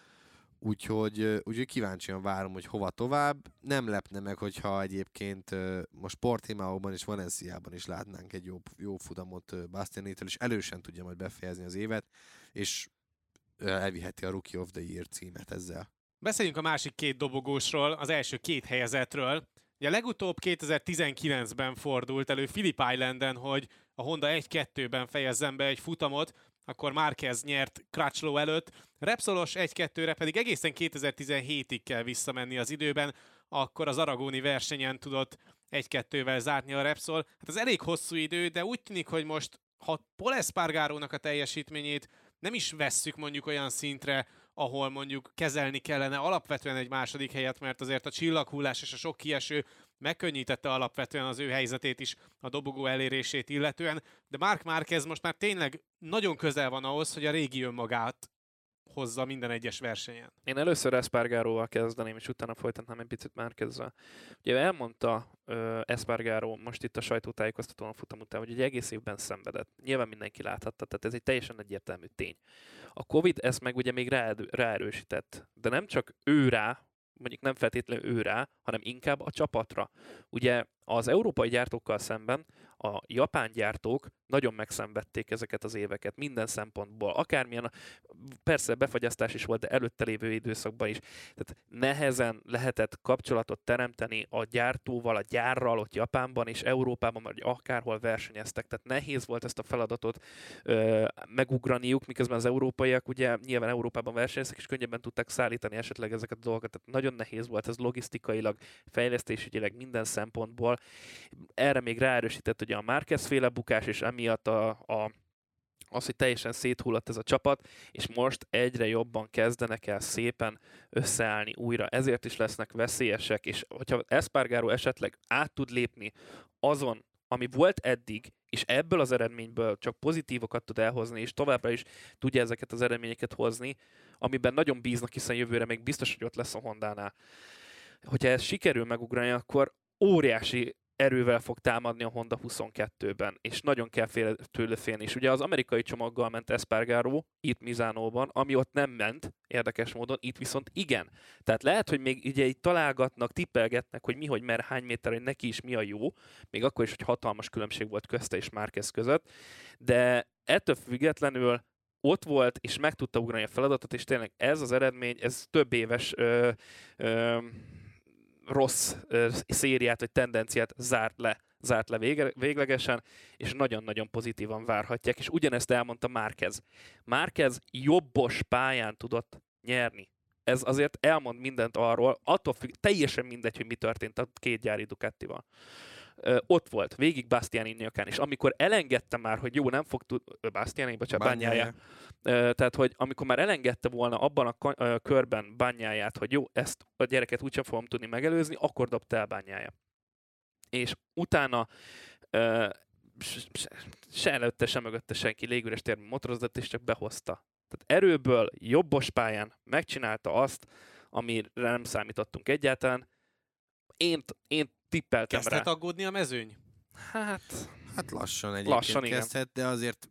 úgyhogy, úgyhogy kíváncsian várom, hogy hova tovább. Nem lepne meg, hogyha egyébként ö, most Portimaóban és Valenciában is látnánk egy jó, jó futamot Bastianitől, és elősen tudja majd befejezni az évet, és ö, elviheti a Rookie of the Year címet ezzel. Beszéljünk a másik két dobogósról, az első két helyezetről. Ugye legutóbb kétezer-tizenkilencben fordult elő Phillip Islanden, hogy a Honda egy kettőben fejezzen be egy futamot, akkor Márquez nyert Crutchlow előtt, Repsolos egy kettőre pedig egészen kétezer-tizenhétig kell visszamenni az időben, akkor az aragóni versenyen tudott egy kettővel zárni a Repsol. Hát ez elég hosszú idő, de úgy tűnik, hogy most, ha Pol Espargarónak a teljesítményét nem is vesszük mondjuk olyan szintre, ahol mondjuk kezelni kellene alapvetően egy második helyet, mert azért a csillaghullás és a sok kieső megkönnyítette alapvetően az ő helyzetét is a dobogó elérését illetően, de Marc Márquez most már tényleg nagyon közel van ahhoz, hogy a régi önmagát hozza minden egyes versenyen. Én először Espargaróval kezdeném, és utána folytatnám egy picit Márquezzel. Ugye elmondta uh, Espargaró most itt a sajtótájékoztatón a futam után, hogy egy egész évben szenvedett. Nyilván mindenki láthatta, tehát ez egy teljesen egyértelmű tény. A Covid ezt meg ugye még rá, ráerősített, de nem csak ő rá, mondjuk nem feltétlenül ő rá, hanem inkább a csapatra. Ugye az európai gyártókkal szemben a japán gyártók nagyon megszenvedték ezeket az éveket minden szempontból. Akármilyen, persze befagyasztás is volt, de előtte lévő időszakban is. Tehát nehezen lehetett kapcsolatot teremteni a gyártóval, a gyárral ott Japánban és Európában, vagy akárhol versenyeztek. Tehát nehéz volt ezt a feladatot ö, megugraniuk, miközben az európaiak ugye nyilván Európában versenyeztek, és könnyebben tudták szállítani esetleg ezeket a dolgokat. Tehát nagyon nehéz volt ez logisztikailag, fejlesztésügyileg minden szempontból. Erre még ráerősített ugye a Márquez féle bukás, és emiatt a, a, az, hogy teljesen széthullott ez a csapat, és most egyre jobban kezdenek el szépen összeállni újra. Ezért is lesznek veszélyesek, és hogyha Espargaró esetleg át tud lépni azon, ami volt eddig, és ebből az eredményből csak pozitívokat tud elhozni, és továbbra is tudja ezeket az eredményeket hozni, amiben nagyon bíznak, hiszen jövőre még biztos, hogy ott lesz a Hondánál. Hogyha ez sikerül megugrani, akkor óriási erővel fog támadni a Honda huszonkettőben, és nagyon kell fél, tőle félni. És ugye az amerikai csomaggal ment Espargaró, itt Misánóban, ami ott nem ment, érdekes módon, itt viszont igen. Tehát lehet, hogy még ugye így találgatnak, tippelgetnek, hogy mi, hogy mer, hány méter, hogy neki is mi a jó, még akkor is, hogy hatalmas különbség volt közte és Márquez között, de ettől függetlenül ott volt, és meg tudta ugrani a feladatot, és tényleg ez az eredmény, ez több éves ö, ö, rossz ö, szériát, vagy tendenciát zárt le, zárt le vége, véglegesen, és nagyon-nagyon pozitívan várhatják, és ugyanezt elmondta Márquez. Márquez jobbos pályán tudott nyerni. Ez azért elmond mindent arról, attól függ, teljesen mindegy, hogy mi történt a két gyári Ducatival. Ö, ott volt, végig Bastianini nyakán, és amikor elengedte már, hogy jó, nem fog tudni, Bastianini, bocsánat, Bagnaia. Tehát, hogy amikor már elengedte volna abban a k- körben Bagnáját, hogy jó, ezt a gyereket úgysem fogom tudni megelőzni, akkor dobta el Bagnája. És utána ö, se előtte, se mögötte senki légüres térben motorozott, és csak behozta. Tehát erőből, jobbos pályán megcsinálta azt, amire nem számítottunk egyáltalán. Én, én tippeltem rá. Kezdhet aggódni a mezőny? Hát, hát lassan egyébként lassan, kezdhet, de azért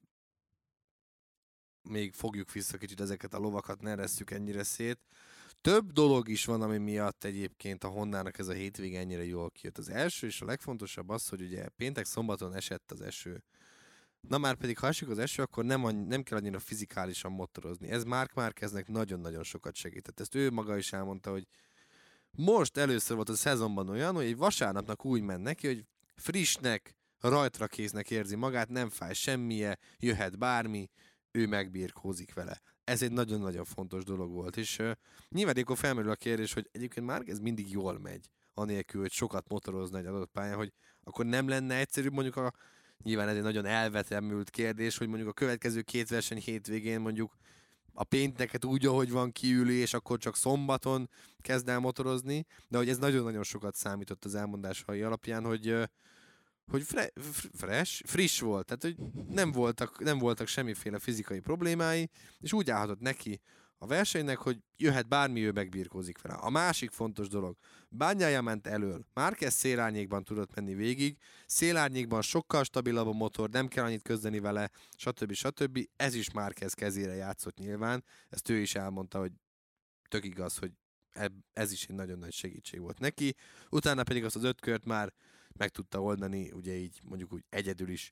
még fogjuk vissza kicsit ezeket a lovakat, ne eresszük ennyire szét. Több dolog is van, ami miatt egyébként a Hondának ez a hétvége ennyire jól kijött. Az első és a legfontosabb az, hogy ugye péntek-szombaton esett az eső. Na már pedig, ha esik az eső, akkor nem, annyi, nem kell annyira fizikálisan motorozni. Ez Marc Márqueznek nagyon-nagyon sokat segített. Ezt ő maga is elmondta, hogy most először volt a szezonban olyan, hogy egy vasárnapnak úgy ment neki, hogy frissnek, rajtrakésznek érzi magát, nem fáj semmije, jöhet bármi, ő megbírkózik vele. ez egy nagyon-nagyon fontos dolog volt, és uh, nyilván akkor felmerül a kérdés, hogy egyébként már ez mindig jól megy, anélkül, hogy sokat motorozna egy adott pályán, hogy akkor nem lenne egyszerűbb mondjuk a, nyilván ez egy nagyon elvetemült kérdés, hogy mondjuk a következő két verseny hétvégén mondjuk a pénteket úgy, ahogy van kiülő, és akkor csak szombaton kezd el motorozni, de hogy ez nagyon-nagyon sokat számított az elmondásai alapján, hogy hogy fre, fresh, friss volt, tehát hogy nem voltak, nem voltak semmiféle fizikai problémái, és úgy állhatott neki a versenynek, hogy jöhet bármi, ő megbirkózik vele. A másik fontos dolog, Bagnaia ment elől, Márquez szélárnyékban tudott menni végig, szélárnyékban sokkal stabilabb a motor, nem kell annyit közdeni vele, stb. stb. Ez is Márquez kezére játszott nyilván, ezt ő is elmondta, hogy tök igaz, hogy ez is egy nagyon nagy segítség volt neki. Utána pedig azt az öt kört már meg tudta oldani, ugye így mondjuk úgy egyedül is.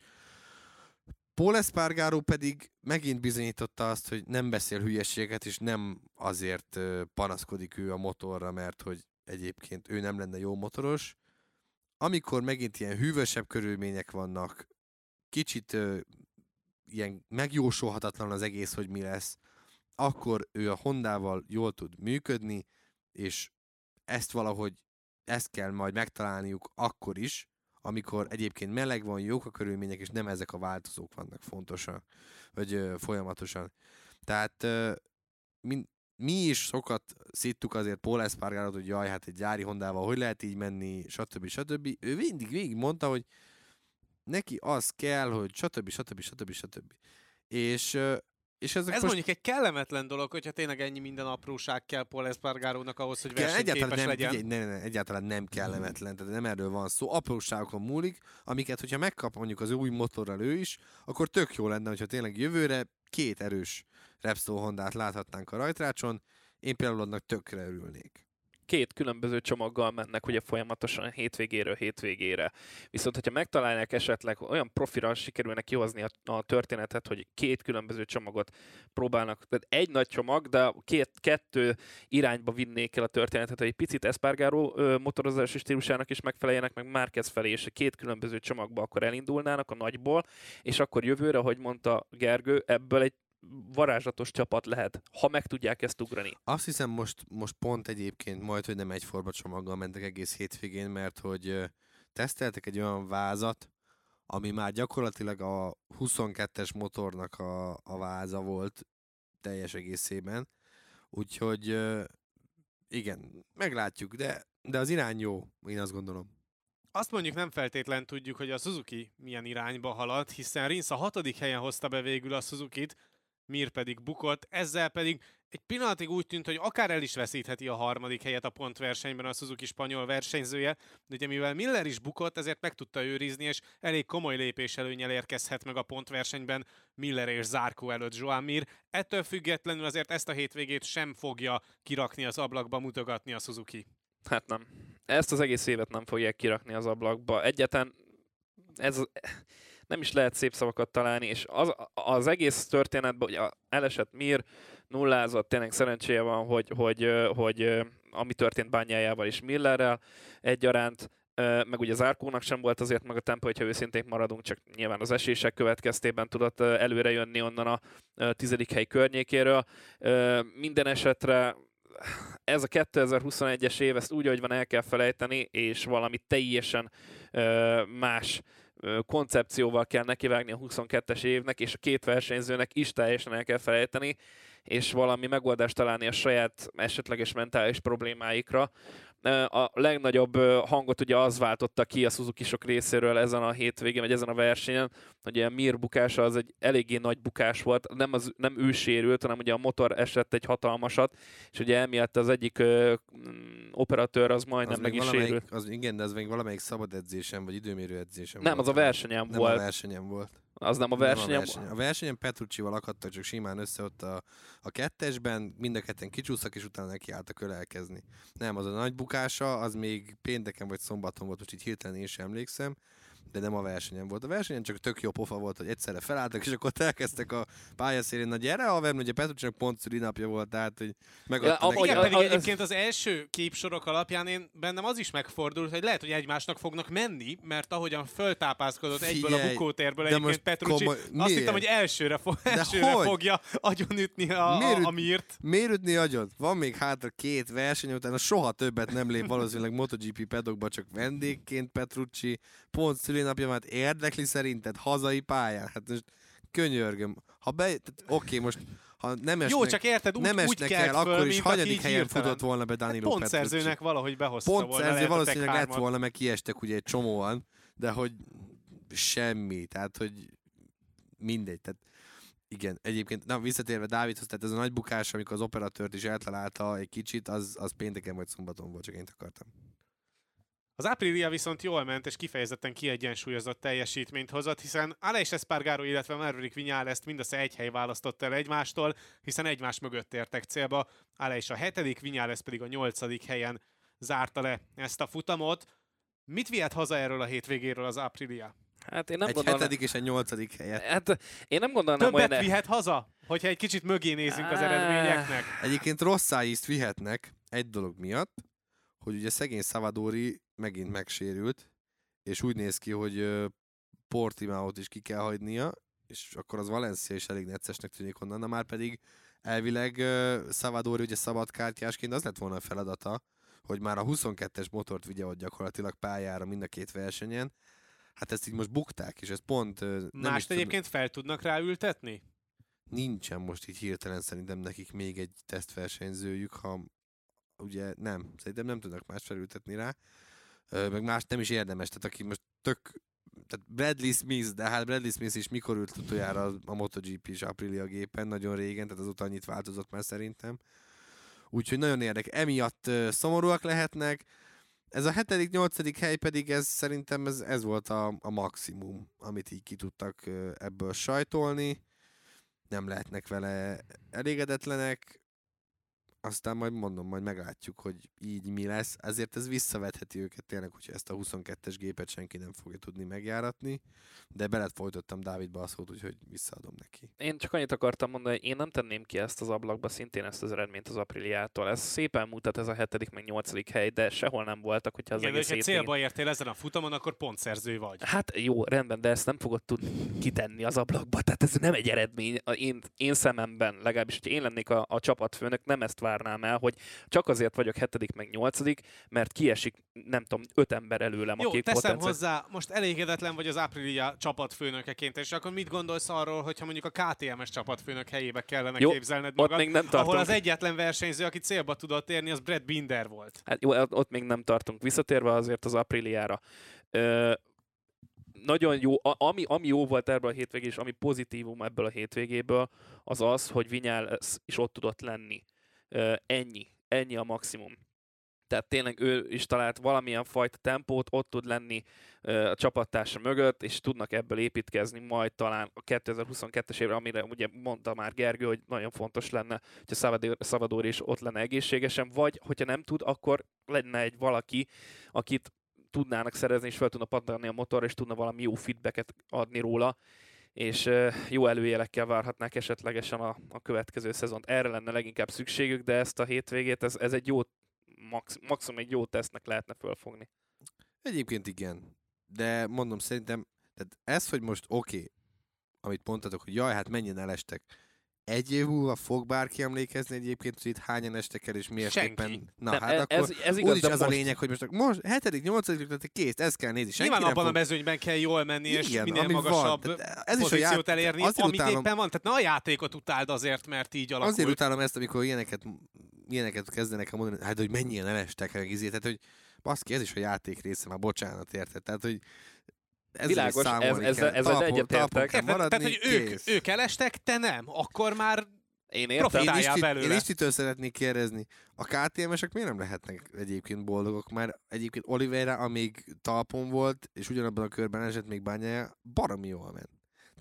Pol Espargaró pedig megint bizonyította azt, hogy nem beszél hülyeséget, és nem azért panaszkodik ő a motorra, mert hogy egyébként ő nem lenne jó motoros. Amikor megint ilyen hűvösebb körülmények vannak, kicsit uh, ilyen megjósolhatatlan az egész, hogy mi lesz, akkor ő a Hondával jól tud működni, és ezt valahogy ezt kell majd megtalálniuk akkor is, amikor egyébként meleg van, jók a körülmények, és nem ezek a változók vannak fontosan, vagy ö, folyamatosan. Tehát ö, mi, mi is sokat szittuk azért Pol Espargarót, hogy jaj, hát egy gyári Hondával hogy lehet így menni, stb. stb. Ő mindig végig mondta, hogy neki az kell, hogy stb. stb. stb. stb. És ö, És ez most... mondjuk egy kellemetlen dolog, hogyha tényleg ennyi minden apróság kell Pol Espargarónak ahhoz, hogy versenyképes nem, legyen. Figyelj, ne, ne, ne, egyáltalán nem kellemetlen, tehát nem erről van szó. Apróságokon múlik, amiket, hogyha megkap mondjuk az új motorral ő is, akkor tök jó lenne, hogyha tényleg jövőre két erős Repsol Hondát láthatnánk a rajtrácson. Én például annak tökre örülnék. Két különböző csomaggal mennek ugye folyamatosan hétvégéről hétvégére. Viszont, hogyha megtalálják esetleg, olyan profira sikerülnek kihozni a, a történetet, hogy két különböző csomagot próbálnak, tehát egy nagy csomag, de két, kettő irányba vinnék el a történetet, hogy egy picit Espargaró ö, motorozási stílusának is megfeleljenek, meg Márquez felé, és két különböző csomagba akkor elindulnának a nagyból, és akkor jövőre, ahogy mondta Gergő, ebből egy varázslatos csapat lehet, ha meg tudják ezt ugrani. Azt hiszem most, most pont egyébként majd, hogy nem egyforma csomaggal mentek egész hétvégén, mert hogy teszteltek egy olyan vázat, ami már gyakorlatilag a huszonkettes motornak a, a váza volt teljes egészében. Úgyhogy igen, meglátjuk, de, de az irány jó, én azt gondolom. Azt mondjuk nem feltétlen tudjuk, hogy a Suzuki milyen irányba halad, hiszen Rins a hatodik helyen hozta be végül a Suzukit, Mir pedig bukott, ezzel pedig egy pillanatig úgy tűnt, hogy akár el is veszítheti a harmadik helyet a pontversenyben a Suzuki spanyol versenyzője, de ugye mivel Miller is bukott, ezért meg tudta őrizni, és elég komoly lépéselőnnyel érkezhet meg a pontversenyben Miller és Zarco előtt Joan Mir. Ettől függetlenül azért ezt a hétvégét sem fogja kirakni az ablakba, mutogatni a Suzuki. Hát nem. Ezt az egész évet nem fogják kirakni az ablakba. Egyáltalán ez... nem is lehet szép szavakat találni, és az, az egész történetben, hogy elesett Mir, nullázott, tényleg szerencséje van, hogy, hogy, hogy, hogy ami történt Bagnaijával és Millerrel egyaránt, meg ugye Zarcónak sem volt azért meg a tempó, hogyha őszintén maradunk, csak nyilván az esések következtében tudott előre jönni onnan a tizedik hely környékéről. Minden esetre ez a kétezer-huszonegyes év, ezt úgy, ahogy van, el kell felejteni, és valami teljesen más koncepcióval kell nekivágni a huszonkettes évnek, és a két versenyzőnek is teljesen el kell felejteni, és valami megoldást találni a saját esetleges mentális problémáikra. A legnagyobb hangot ugye az váltotta ki a Suzuki-sok részéről ezen a hétvégén, vagy ezen a versenyen, hogy a Mir bukása az egy eléggé nagy bukás volt, nem, az, nem ő sérült, hanem ugye a motor esett egy hatalmasat, és ugye emiatt az egyik ö, operatőr az majdnem az meg is sérült. Az, igen, de az még valamelyik szabad edzésem, vagy időmérő edzésem nem, volt. az a versenyem nem volt. Nem a versenyem volt. Az nem a versenyem. Nem a, verseny. a versenyen Petruccival akadtak csak simán össze ott a, a kettesben, mind a ketten kicsúsztak, és utána nekiálltak ölelkezni. Nem, az a nagy bukása, az még pénteken vagy szombaton volt, most így hirtelen én sem emlékszem, de nem a versenyen volt. A versenyen csak tök jó pofa volt, hogy egyszerre felálltak, és akkor elkezdtek a pályaszélén, na gyere, haver, ugye Petruccinak pont szülinapja volt, tehát hogy megadta Ja, neki. Igen, a- pedig a- egyébként az első képsorok alapján én bennem az is megfordult, hogy lehet, hogy egymásnak fognak menni, mert ahogyan föltápászkodott egyből a Figyelj, bukótérből de egyébként most Petrucci, komoly- azt miért? hittem, hogy elsőre, fo- elsőre hogy? fogja agyonütni a, Miért a, üt- a Mirt. Miért ütni agyon? Van még hátra két verseny, utána soha többet nem lép valószínűleg MotoGP pedokba, csak vendégként Petrucci. Pont szülinapja, hát érdekli szerinted hazai pályán? Hát most könyörgöm. Ha be... tehát Oké, most ha nem esnek, Jó, csak érted, úgy, nem úgy esnek kelt el, föl, akkor is mint aki hanyadik így helyen hirtelen. futott volna be Hát Danilo Petrucci. pontszerzőnek valahogy behozta volna. Pontszerző lehet a valószínűleg Tech lett hármat. volna, meg kiestek ugye egy csomóan, de hogy semmi, tehát hogy mindegy. Tehát igen, egyébként, na visszatérve Dávidhoz, tehát ez a nagy bukás, amikor az operatőrt is eltalálta egy kicsit, az, az pénteken vagy szombaton volt, csak én akartam. Az Aprilia viszont jól ment, és kifejezetten kiegyensúlyozott teljesítményt hozott, hiszen Aleix Espargaro, illetve Maverick Viñales mindössze egy hely választott el egymástól, hiszen egymás mögött értek célba. Aleix a hetedik, Viñales pedig a nyolcadik helyen zárta le ezt a futamot. Mit vihet haza erről a hétvégéről az Aprilia? Hát én nem Egy gondolnám... hetedik és egy nyolcadik helyet. Hát én nem gondolnám Többet olyan... vihet haza, hogyha egy kicsit mögé nézünk az Á. eredményeknek. Egyébként rosszáízt vihetnek egy dolog miatt, hogy ugye szegény Savadori megint megsérült, és úgy néz ki, hogy ö, Portimaót is ki kell hagynia, és akkor az Valencia is elég neccesnek tűnik onnan, na már pedig elvileg uh, Savadori ugye szabadkártyásként az lett volna a feladata, hogy már a huszonkettes motort vigye ott gyakorlatilag pályára mind a két versenyen. Hát ezt így most bukták, és ez pont... Uh, nem is Mást tudom, egyébként fel tudnak ráültetni? nincsen most így hirtelen szerintem nekik még egy tesztversenyzőjük, ha ugye nem, szerintem nem tudnak más felültetni rá, Ö, meg más nem is érdemes, tehát aki most tök, tehát Bradley Smith, de hát Bradley Smith is mikor ült utoljára a, a MotoGP és Aprilia gépen, nagyon régen, tehát azóta annyit változott már szerintem. Úgyhogy nagyon érdekes. Emiatt uh, szomorúak lehetnek. Ez a hetedik, nyolcadik hely pedig ez szerintem ez, ez volt a, a maximum, amit így ki tudtak uh, ebből sajtolni. Nem lehetnek vele elégedetlenek. Aztán majd mondom, majd meglátjuk, hogy így mi lesz. Ezért ez visszavetheti őket tényleg, hogyha ezt a huszonkettes gépet senki nem fogja tudni megjáratni. De belet folytottam Dávidba a szót, úgyhogy visszaadom neki. Én csak annyit akartam mondani, hogy én nem tenném ki ezt az ablakba szintén ezt az eredményt az Apriliától. Ez szépen mutat ez a hetedik meg nyolcadik hely, de sehol nem voltak, hogyha az Igen, de egész hogyha hétvégén... célba értél ezen a futamon, akkor pontszerző vagy. Hát jó, rendben, de ezt nem fogod tudni kitenni az ablakba, tehát ez nem egy eredmény. A Én, én szememben, legalábbis, hogyha én lennék a, a csapatfőnök, nem ezt várnám el, hogy csak azért vagyok hetedik meg nyolcadik, mert kiesik, nem tudom, öt ember előlem, Jó, akik teszem potenciál... hozzá, most elégedetlen vagy az Aprilia csapatfőnökeként, és akkor mit gondolsz arról, hogyha mondjuk a ká té em es csapatfőnök helyébe kellene Jó, képzelned ott magad, még nem tartunk. ahol az egyetlen versenyző, aki célba tudott érni, az Brad Binder volt. Hát jó, ott még nem tartunk. Visszatérve azért az Apriliára. Ö, nagyon jó, a, ami, ami jó volt ebből a hétvégén, és ami pozitívum ebből a hétvégéből, az az, hogy Viñales is ott tudott lenni. Ö, ennyi. Ennyi a maximum. Tehát tényleg ő is talált valamilyen fajta tempót, ott tud lenni ö, a csapattársa mögött, és tudnak ebből építkezni majd talán a kétezer-huszonkettes évre, amire ugye mondta már Gergő, hogy nagyon fontos lenne, hogyha Savadori is ott lenne egészségesen, vagy hogyha nem tud, akkor lenne egy valaki, akit tudnának szerezni, és fel tudna pattanni a motorra, és tudna valami jó feedbacket adni róla, és uh, jó előjelekkel várhatnák esetlegesen a, a következő szezont. Erre lenne leginkább szükségük, de ezt a hétvégét, ez, ez egy jó, max, maximum egy jó tesztnek lehetne fölfogni. Egyébként igen, de mondom szerintem, tehát ez, hogy most oké, okay, amit mondtatok, hogy jaj, hát mennyien elestek. Egy év múlva fog bárki emlékezni egyébként, hogy itt hányan estek el, és miért Senki. éppen... Na Nem, hát ez, akkor ez, ez igaz, úgyis de az most... a lényeg, hogy most, most hetedik, nyolcadik, tehát kész, ezt kell nézni. Senki Nyilván nem abban fog... a mezőnyben kell jól menni, és Igen, minél ami van. magasabb Tehát ez is a pozíciót ját... elérni, azért amit utálom... éppen van. Tehát ne a játékot utáld azért, mert így alakult. Azért utálom ezt, amikor ilyeneket, ilyeneket kezdenek el mondani, hát hogy mennyien elestek meg izé, tehát hogy baszki, ez is a játék része, már bocsánat, érted? Tehát, hogy ezzel Világos, ez, ezzel, ezzel egyetértek. Tehát, hogy ők, ők elestek, te nem. Akkor már Én értem. Én, Táljál Isti, belőle. én Istitől szeretnék kérdezni, a ká té em esek miért nem lehetnek egyébként boldogok, mert egyébként Oliveira, amíg talpon volt, és ugyanabban a körben esett még Bagnaia, baromi jól ment.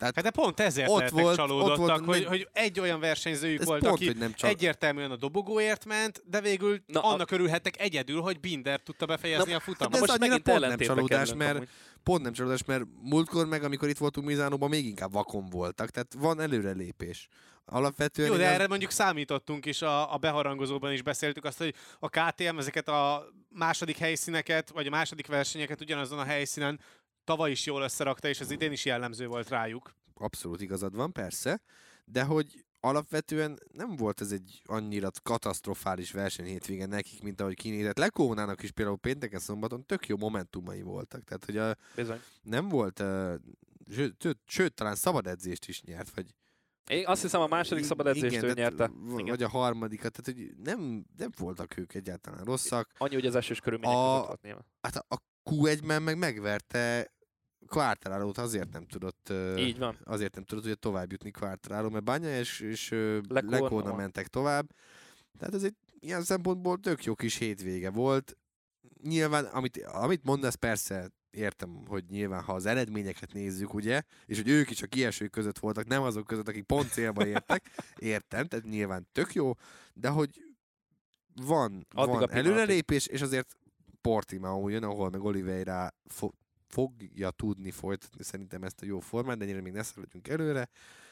Tehát Hát de pont ezért ott lehetnek volt- csalódottak, ott volt, hogy, nem- hogy egy olyan versenyzőjük ez volt, pont, aki hogy nem csal... egyértelműen a dobogóért ment, de végül Na, a- annak örülhettek egyedül, hogy Binder tudta befejezni Na, a Hát futamot. de ez most annyira megint pont nem ellentétbe csalódás, kerülünk mert amúgy. pont nem csalódás, mert múltkor meg, amikor itt voltunk Mizánóban, még inkább vakon voltak. Tehát van előrelépés. Alapvetően Jó, de én az- erre mondjuk számítottunk is, a, a beharangozóban is beszéltük azt, hogy a ká té em ezeket a második helyszíneket, vagy a második versenyeket ugyanazon a helyszínen tavaly is jól összerakta, és az idén is jellemző volt rájuk. abszolút igazad van, persze, de hogy alapvetően nem volt ez egy annyira katasztrofális verseny hétvégen nekik, mint ahogy kinézett. Lekónának is például pénteken, szombaton tök jó momentumai voltak. Tehát, hogy a, Bizony. nem volt, uh, sőt, sőt, sőt, talán szabad edzést is nyert, vagy Én azt hiszem a második szabad edzést igen, ő tehát nyerte. v- Igen. Vagy a harmadikat, tehát hogy nem, nem voltak ők egyáltalán rosszak. Annyi, hogy az esős körülmények A- között volt nyilván. Hát a kú egyben meg megverte Quartararo-t, azért nem tudott, uh, Így van. azért nem tudott ugye tovább jutni Quartararo, mert Banya és, és uh, Lecona Lecona van. mentek tovább. Tehát ez egy ilyen szempontból tök jó kis hétvége volt. Nyilván, amit, amit mondasz, persze értem, hogy nyilván, ha az eredményeket nézzük, ugye, és hogy ők is a kiesők között voltak, nem azok között, akik pont célba értek, értem, tehát nyilván tök jó, de hogy van, Addig a van pillanatig. előrelépés, és azért Portimao jön, ahol meg Oliveira fo- fogja tudni folytatni szerintem ezt a jó formát, de ennyire még ne szaladjunk előre.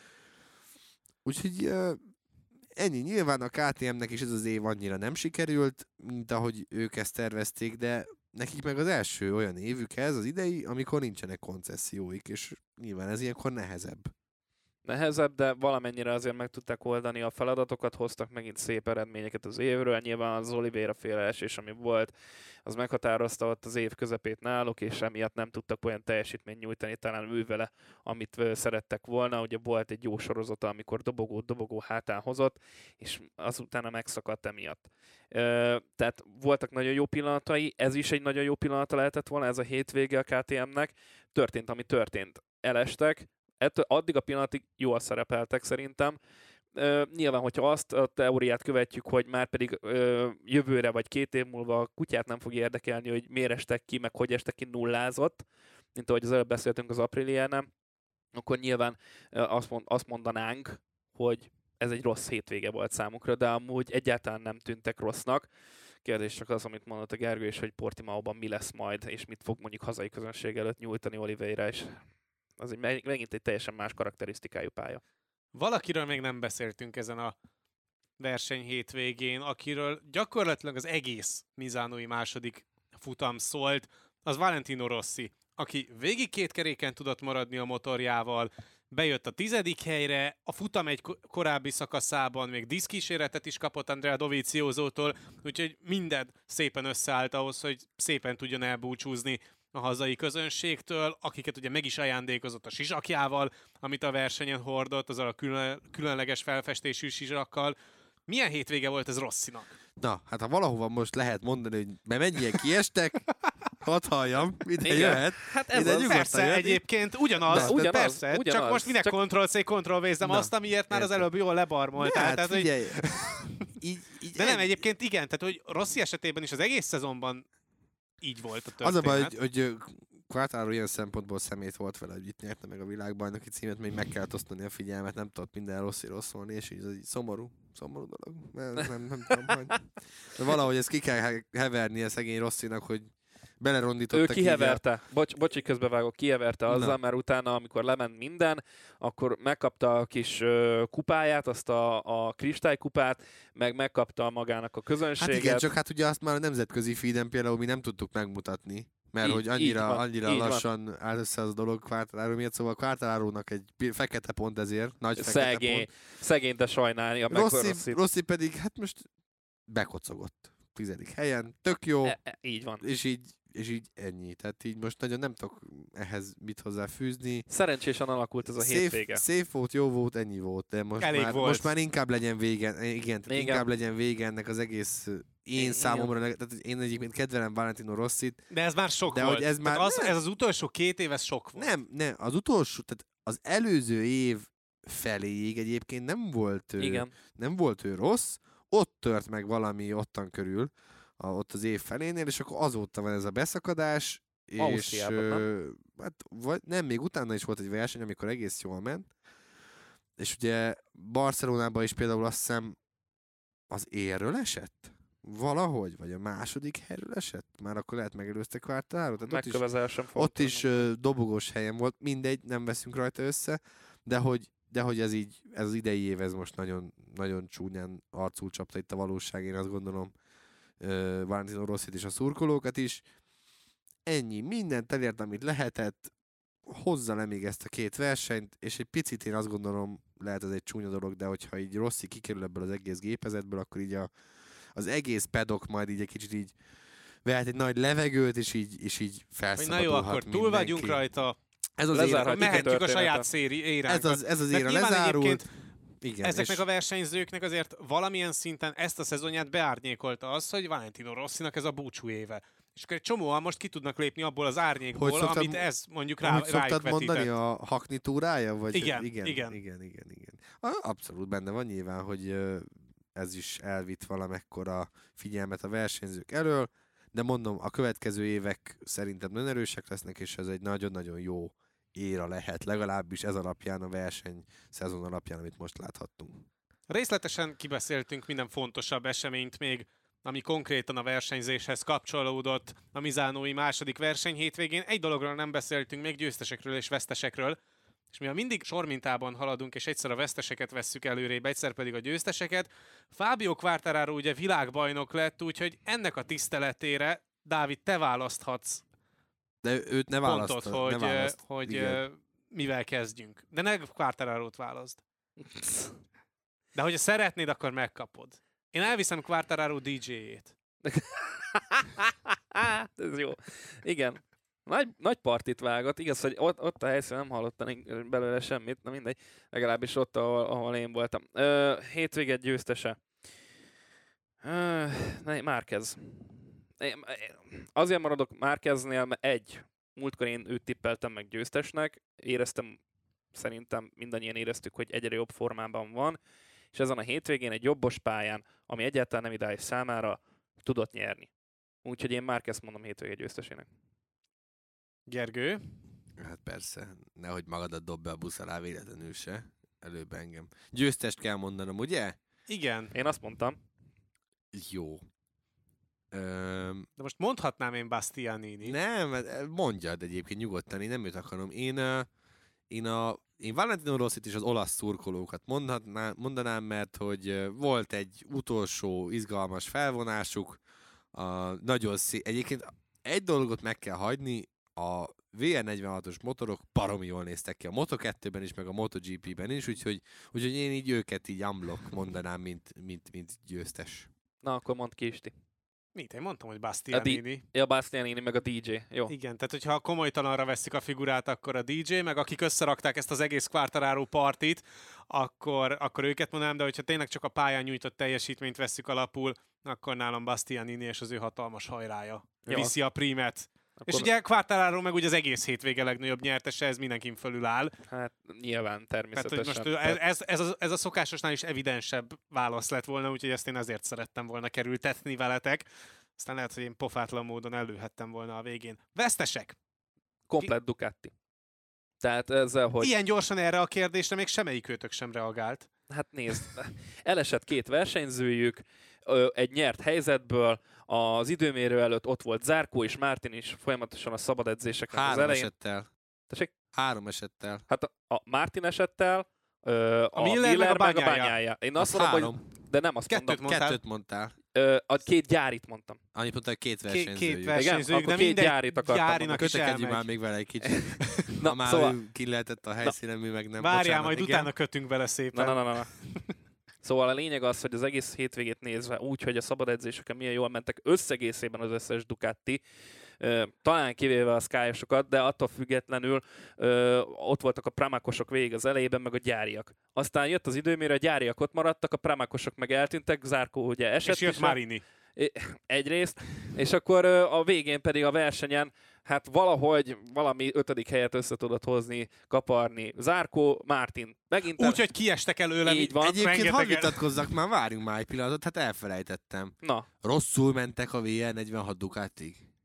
Úgyhogy uh, ennyi. Nyilván a ká té em-nek is ez az év annyira nem sikerült, mint ahogy ők ezt tervezték, de nekik meg az első olyan évük ez az idei, amikor nincsenek koncesszióik, és nyilván ez ilyenkor nehezebb. Nehezebb, de valamennyire azért meg tudták oldani a feladatokat, hoztak megint szép eredményeket az évről. Nyilván az Oliveira féle esés, ami volt, az meghatározta ott az év közepét náluk, és emiatt nem tudtak olyan teljesítményt nyújtani talán ő vele, amit ö, szerettek volna. Ugye volt egy jó sorozata, amikor dobogó dobogó hátán hozott, és azután megszakadt emiatt. Ö, tehát voltak nagyon jó pillanatai, ez is egy nagyon jó pillanata lehetett volna, ez a hétvége a ká té em-nek. Történt, ami történt. Elestek, ettől addig a pillanatig jól szerepeltek szerintem. Ö, nyilván, hogyha azt a teóriát követjük, hogy már pedig ö, jövőre vagy két év múlva a kutyát nem fog érdekelni, hogy miért estek ki, meg hogy estek ki nullázott, mint ahogy az előbb beszéltünk az Apriliánál, akkor nyilván ö, azt, mond, azt mondanánk, hogy ez egy rossz hétvége volt számukra, de amúgy egyáltalán nem tűntek rossznak. Kérdés csak az, amit mondott a Gergő, és hogy Portimaóban mi lesz majd, és mit fog mondjuk hazai közönség előtt nyújtani Oliveira, és az egy, megint egy teljesen más karakterisztikájú pálya. Valakiről még nem beszéltünk ezen a verseny hétvégén, akiről gyakorlatilag az egész Misánói második futam szólt, az Valentino Rossi, aki végig két keréken tudott maradni a motorjával, bejött a tizedik helyre, a futam egy ko- korábbi szakaszában még diszkíséretet is kapott Andrea Dovizioso-tól, úgyhogy minden szépen összeállt ahhoz, hogy szépen tudjon elbúcsúzni a hazai közönségtől, akiket ugye meg is ajándékozott a sisakjával, amit a versenyen hordott, azzal a külön, különleges felfestésű sisakkal. Milyen hétvége volt ez Rossinak? Na, hát ha valahova most lehet mondani, hogy mert mennyien kiestek, hadd halljam, ide Igen. jöhet. Hát ez Ide az. nyugodtan Persze, jöhet. egyébként ugyanaz, Na, ugyanaz, persze, ugyanaz. csak most minek Csak- Ctrl-C, Ctrl-V-zem Na, azt, amiért már az értem. előbb jól lebarmoltál. Hát tehát, hogy... figyelj, így, így De nem, egy- egyébként igen, tehát hogy Rossi esetében is az egész szezonban így volt a Az a történet. baj, hogy, hogy Quartararo ilyen szempontból szemét volt vele, hogy itt nyerte meg a világbajnoki címet, még meg kellett osztani a figyelmet, nem tudott minden rossziról szólni, és így ez egy szomorú, szomorú dolog. Nem, nem, nem tudom, hogy... De valahogy ezt ki kell he- hevernie szegény Rossinak, hogy belerondította Ő ki kiheverte, bocs, bocsi, közbevágok, kiheverte azzal, Na. mert utána, amikor lement minden, akkor megkapta a kis ö, kupáját, azt a, a kristálykupát, meg megkapta magának a Hát közönséget. igen, csak hát ugye azt már a nemzetközi feeden például mi nem tudtuk megmutatni, mert Így- hogy így annyira, van, annyira így van. lassan áll össze az a dolog Quartararo miatt, szóval Quartararónak egy pi- fekete pont ezért, nagy fekete Szegény, pont. szegény, de sajnálni. Meg Rossi, Rosszit. Rossi pedig, hát most bekocogott tizedik helyen, tök jó, E, e, így van. és így, és így ennyi. Tehát így most nagyon nem tudok ehhez mit hozzáfűzni. Szerencsésen alakult ez a hétvége. Szép volt, jó volt, ennyi volt, de most, Elég már, volt. most már inkább legyen vége, igen, tehát Igen. inkább legyen vége ennek az egész én Igen. számomra, tehát én egyébként kedvelem Valentino Rossit, De ez már sok De volt. hogy ez Tehát már az, nem. ez az utolsó két év, ez sok volt. nem, nem, az utolsó, tehát az előző év feléig egyébként nem volt, ő, Igen. nem volt ő rossz, ott tört meg valami ottan körül, a, ott az év felénél, és akkor azóta van ez a beszakadás, és Ausztriában, ö, hát, vagy nem, még utána is volt egy verseny, amikor egész jól ment, és ugye Barcelonában is például azt hiszem az érről esett? Valahogy? Vagy a második helyről esett? Már akkor lehet megelőzte Quartararo? Megkövezel sem fog. Ott is uh, dobogós helyen volt, mindegy, nem veszünk rajta össze, de hogy, de hogy ez így, ez az idei év, ez most nagyon, nagyon csúnyán arcul csapta itt a valóság, én azt gondolom uh, Valentino Rossit és a szurkolókat is. Ennyi, mindent elért, amit lehetett, hozza le még ezt a két versenyt, és egy picit én azt gondolom, lehet ez egy csúnya dolog, de hogyha így Rossi kikerül ebből az egész gépezetből, akkor így a, az egész pedok majd így egy kicsit így vehet egy nagy levegőt, és így, és így felszabadulhat na jó, akkor mindenki. túl vagyunk rajta, ez az éra, mehetjük a saját széri éránkat. Ez az, ez az éra lezárult. Igen, ezeknek és... a versenyzőknek azért valamilyen szinten ezt a szezonját beárnyékolta az, hogy Valentino Rossinak ez a búcsú éve. És akkor egy csomóan most ki tudnak lépni abból az árnyékból, szoktad, amit ez mondjuk rá, rájuk vetített. Hogy szoktad mondani a hakni túrája? Vagy igen, igen, igen. igen, igen, igen. Abszolút benne van nyilván, hogy ez is elvitt valamekkora figyelmet a versenyzők elől, de mondom, a következő évek szerintem nagyon erősek lesznek, és ez egy nagyon-nagyon jó éra lehet, legalábbis ez alapján, a verseny szezon alapján, amit most láthattunk. Részletesen kibeszéltünk minden fontosabb eseményt még, ami konkrétan a versenyzéshez kapcsolódott a Misánói második verseny hétvégén. Egy dologról nem beszéltünk, még győztesekről és vesztesekről, és mivel mindig sormintában haladunk, és egyszer a veszteseket vesszük előrébb, egyszer pedig a győzteseket, Fábio Quartararo ugye világbajnok lett, úgyhogy ennek a tiszteletére, Dávid, te választhatsz de őt ne pontot, választ, hogy, ne választ. hogy Igen. mivel kezdjünk. De ne Quartararót válaszd. De hogyha szeretnéd, akkor megkapod. Én elviszem Quartararo dé dzsé-jét. Ez jó. Igen. Nagy, nagy partit vágott. Igaz, hogy ott, ott a helyszínen nem hallottam belőle semmit, na mindegy. Legalábbis ott, ahol, ahol én voltam. Ö, hétvége győztese. Ö, Márquez. Azért maradok Márqueznél, mert egy, múltkor én őt tippeltem meg győztesnek, éreztem, szerintem mindannyian éreztük, hogy egyre jobb formában van, és ezen a hétvégén egy jobbos pályán, ami egyáltalán nem ideális számára, tudott nyerni. Úgyhogy én Márquezt mondom hétvége győztesének. Gergő? Hát persze, nehogy magadat dob be a busz alá véletlenül se, előbb engem. Győztest kell mondanom, ugye? Igen. Én azt mondtam. Jó. Öm, De most mondhatnám én Bastianini. Nem, mondjad egyébként nyugodtan, én nem őt akarom. Én, uh, én, a, én Valentino Rossit és az olasz szurkolókat mondhatná, mondanám, mert hogy uh, volt egy utolsó izgalmas felvonásuk. Uh, nagyon szép. Egyébként egy dolgot meg kell hagyni, a vé er negyvenhatos motorok baromi jól néztek ki a moto kettőben is, meg a MotoGP-ben is, úgyhogy, úgyhogy én így őket így unblock mondanám, mint, mint, mint győztes. Na, akkor mondd ki, Isti. Mit? Én mondtam, hogy Bastianini. A ja, Bastianini, meg a dé dzsé. Jó. Igen, tehát hogyha komolytalanra veszik a figurát, akkor a dé dzsé, meg akik összerakták ezt az egész Quartararo partit, akkor, akkor őket mondanám, de hogyha tényleg csak a pályán nyújtott teljesítményt vesszük alapul, akkor nálam Bastianini és az ő hatalmas hajrája Jó. viszi a prímet. Akkor... És ugye Quartararo meg ugye az egész hétvége legnagyobb nyertese, ez mindenkin fölül áll. Hát nyilván, természetesen. Tehát, most ez, ez, ez, a, ez a szokásosnál is evidensebb válasz lett volna, úgyhogy ezt én azért szerettem volna kerültetni veletek. Aztán lehet, hogy én pofátlan módon előhettem volna a végén. Vesztesek! Komplett Ducati. Tehát ezzel, hogy... Ilyen gyorsan erre a kérdésre még semmelyikőtök sem reagált. Hát nézd, elesett két versenyzőjük, egy nyert helyzetből, az időmérő előtt ott volt Zarco és Martin is folyamatosan a szabad edzéseknek Három az elején. esettel. Tessék? Három esettel. Hát a, a Martin esettel, a, a Miller, Miller meg a meg a Bányája. Én azt az mondom, három. hogy... De nem azt Kettőt mondom. mondtál. Kettőt mondtál. Ö, a két gyárit mondtam. Annyit mondtál, hogy két Két, versenyzőjük. két versenyzőjük, de Akkor két mindegy gyárit akartam gyárinak is Kötekedjünk elmegy. már még vele egy kicsit. Na, Ha már szóval... ő ki lehetett a helyszínen, mi meg nem. Várjál, Bocsánat, majd igen. utána kötünk bele szépen. Na, na, na, na. Szóval a lényeg az, hogy az egész hétvégét nézve úgy, hogy a szabad edzéseken milyen jól mentek összegészében az összes Ducati, talán kivéve a Sky-osokat, de attól függetlenül ö, ott voltak a pramakosok végig az elejében, meg a gyáriak. Aztán jött az időmérő, a gyáriak ott maradtak, a pramakosok meg eltűntek, Zarco ugye esett. És jött is, Marini. Egyrészt, és akkor ö, a végén pedig a versenyen, hát valahogy valami ötödik helyet össze tudott hozni, kaparni. Zarco, Martin. Megint Úgy, hogy kiestek előlem. Így van. Egyébként hadd rengetegen. vitatkozzak már, várjunk már egy pillanatot, hát elfelejtettem. Na, Rosszul mentek a vé er negyvenhat Ducatig.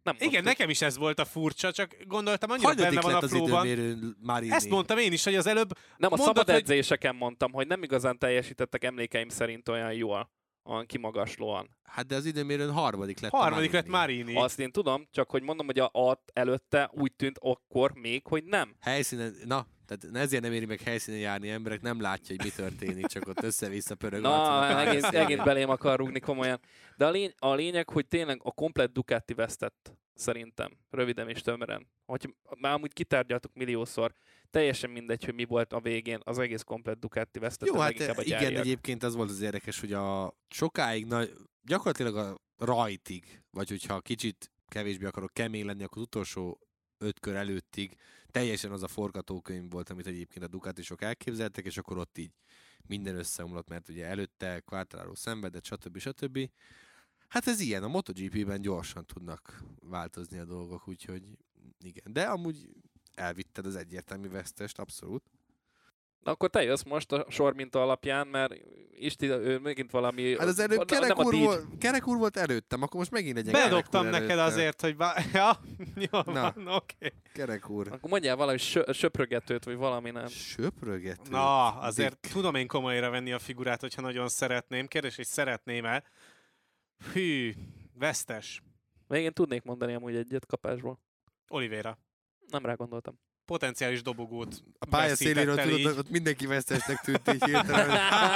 Nem Igen, mondtuk. nekem is ez volt a furcsa, csak gondoltam, annyira benne Hanyadik van a lett az flóban. időmérőn Marini? Ezt mondtam én is, hogy az előbb Nem, a mondod, szabad hogy- edzéseken mondtam, hogy nem igazán teljesítettek emlékeim szerint olyan jól, olyan kimagaslóan. Hát de az időmérőn harmadik lett harmadik a lett Marini. Azt én tudom, csak hogy mondom, hogy a, a előtte úgy tűnt akkor még, hogy nem. Helyszínen, na, tehát ezért nem éri meg helyszínen járni emberek, nem látja, hogy mi történik, csak ott össze-vissza pörög. Na, arcon a egész, pályaszélén. egész belém akar rúgni komolyan. De a, lény, a lényeg, hogy tényleg a komplett Ducati vesztett, szerintem. Röviden és tömören. Hogy már amúgy kitárgyaltuk milliószor, teljesen mindegy, hogy mi volt a végén, az egész komplett Ducati vesztett. Jó, hát leginkább a igen, gyáriak. egyébként az volt az érdekes, hogy a sokáig, na, gyakorlatilag a rajtig, vagy hogyha kicsit kevésbé akarok kemény lenni, akkor az utolsó öt kör előttig teljesen az a forgatókönyv volt, amit egyébként a Ducatisok elképzeltek, és akkor ott így minden összeomlott, mert ugye előtte Quartararo szenvedett, stb. stb. Hát ez ilyen, a MotoGP-ben gyorsan tudnak változni a dolgok, úgyhogy igen. De amúgy elvitted az egyértelmű vesztest, abszolút. Na, akkor te jössz most a sorminta alapján, mert Isti, ő megint valami... Hát az előbb a- Kerek nem a úr, díj- volt, Kerek úr volt előttem, akkor most megint egy Bedobtam neked azért, hogy... Bá... Ja, jó Na. van, oké. Okay. Kerek úr. Akkor mondjál valami sö- söprögetőt, vagy valami nem. Söprögető. Na, azért Dick. tudom én komolyra venni a figurát, hogyha nagyon szeretném. Kérdés, hogy szeretném-e? Hű, vesztes. Még én tudnék mondani amúgy egyet kapásból. Oliveira. Nem rá gondoltam. Potenciális dobogót A pálya széléről veszített el tudod, így. ott mindenki vesztesnek tűnt így hirtelen.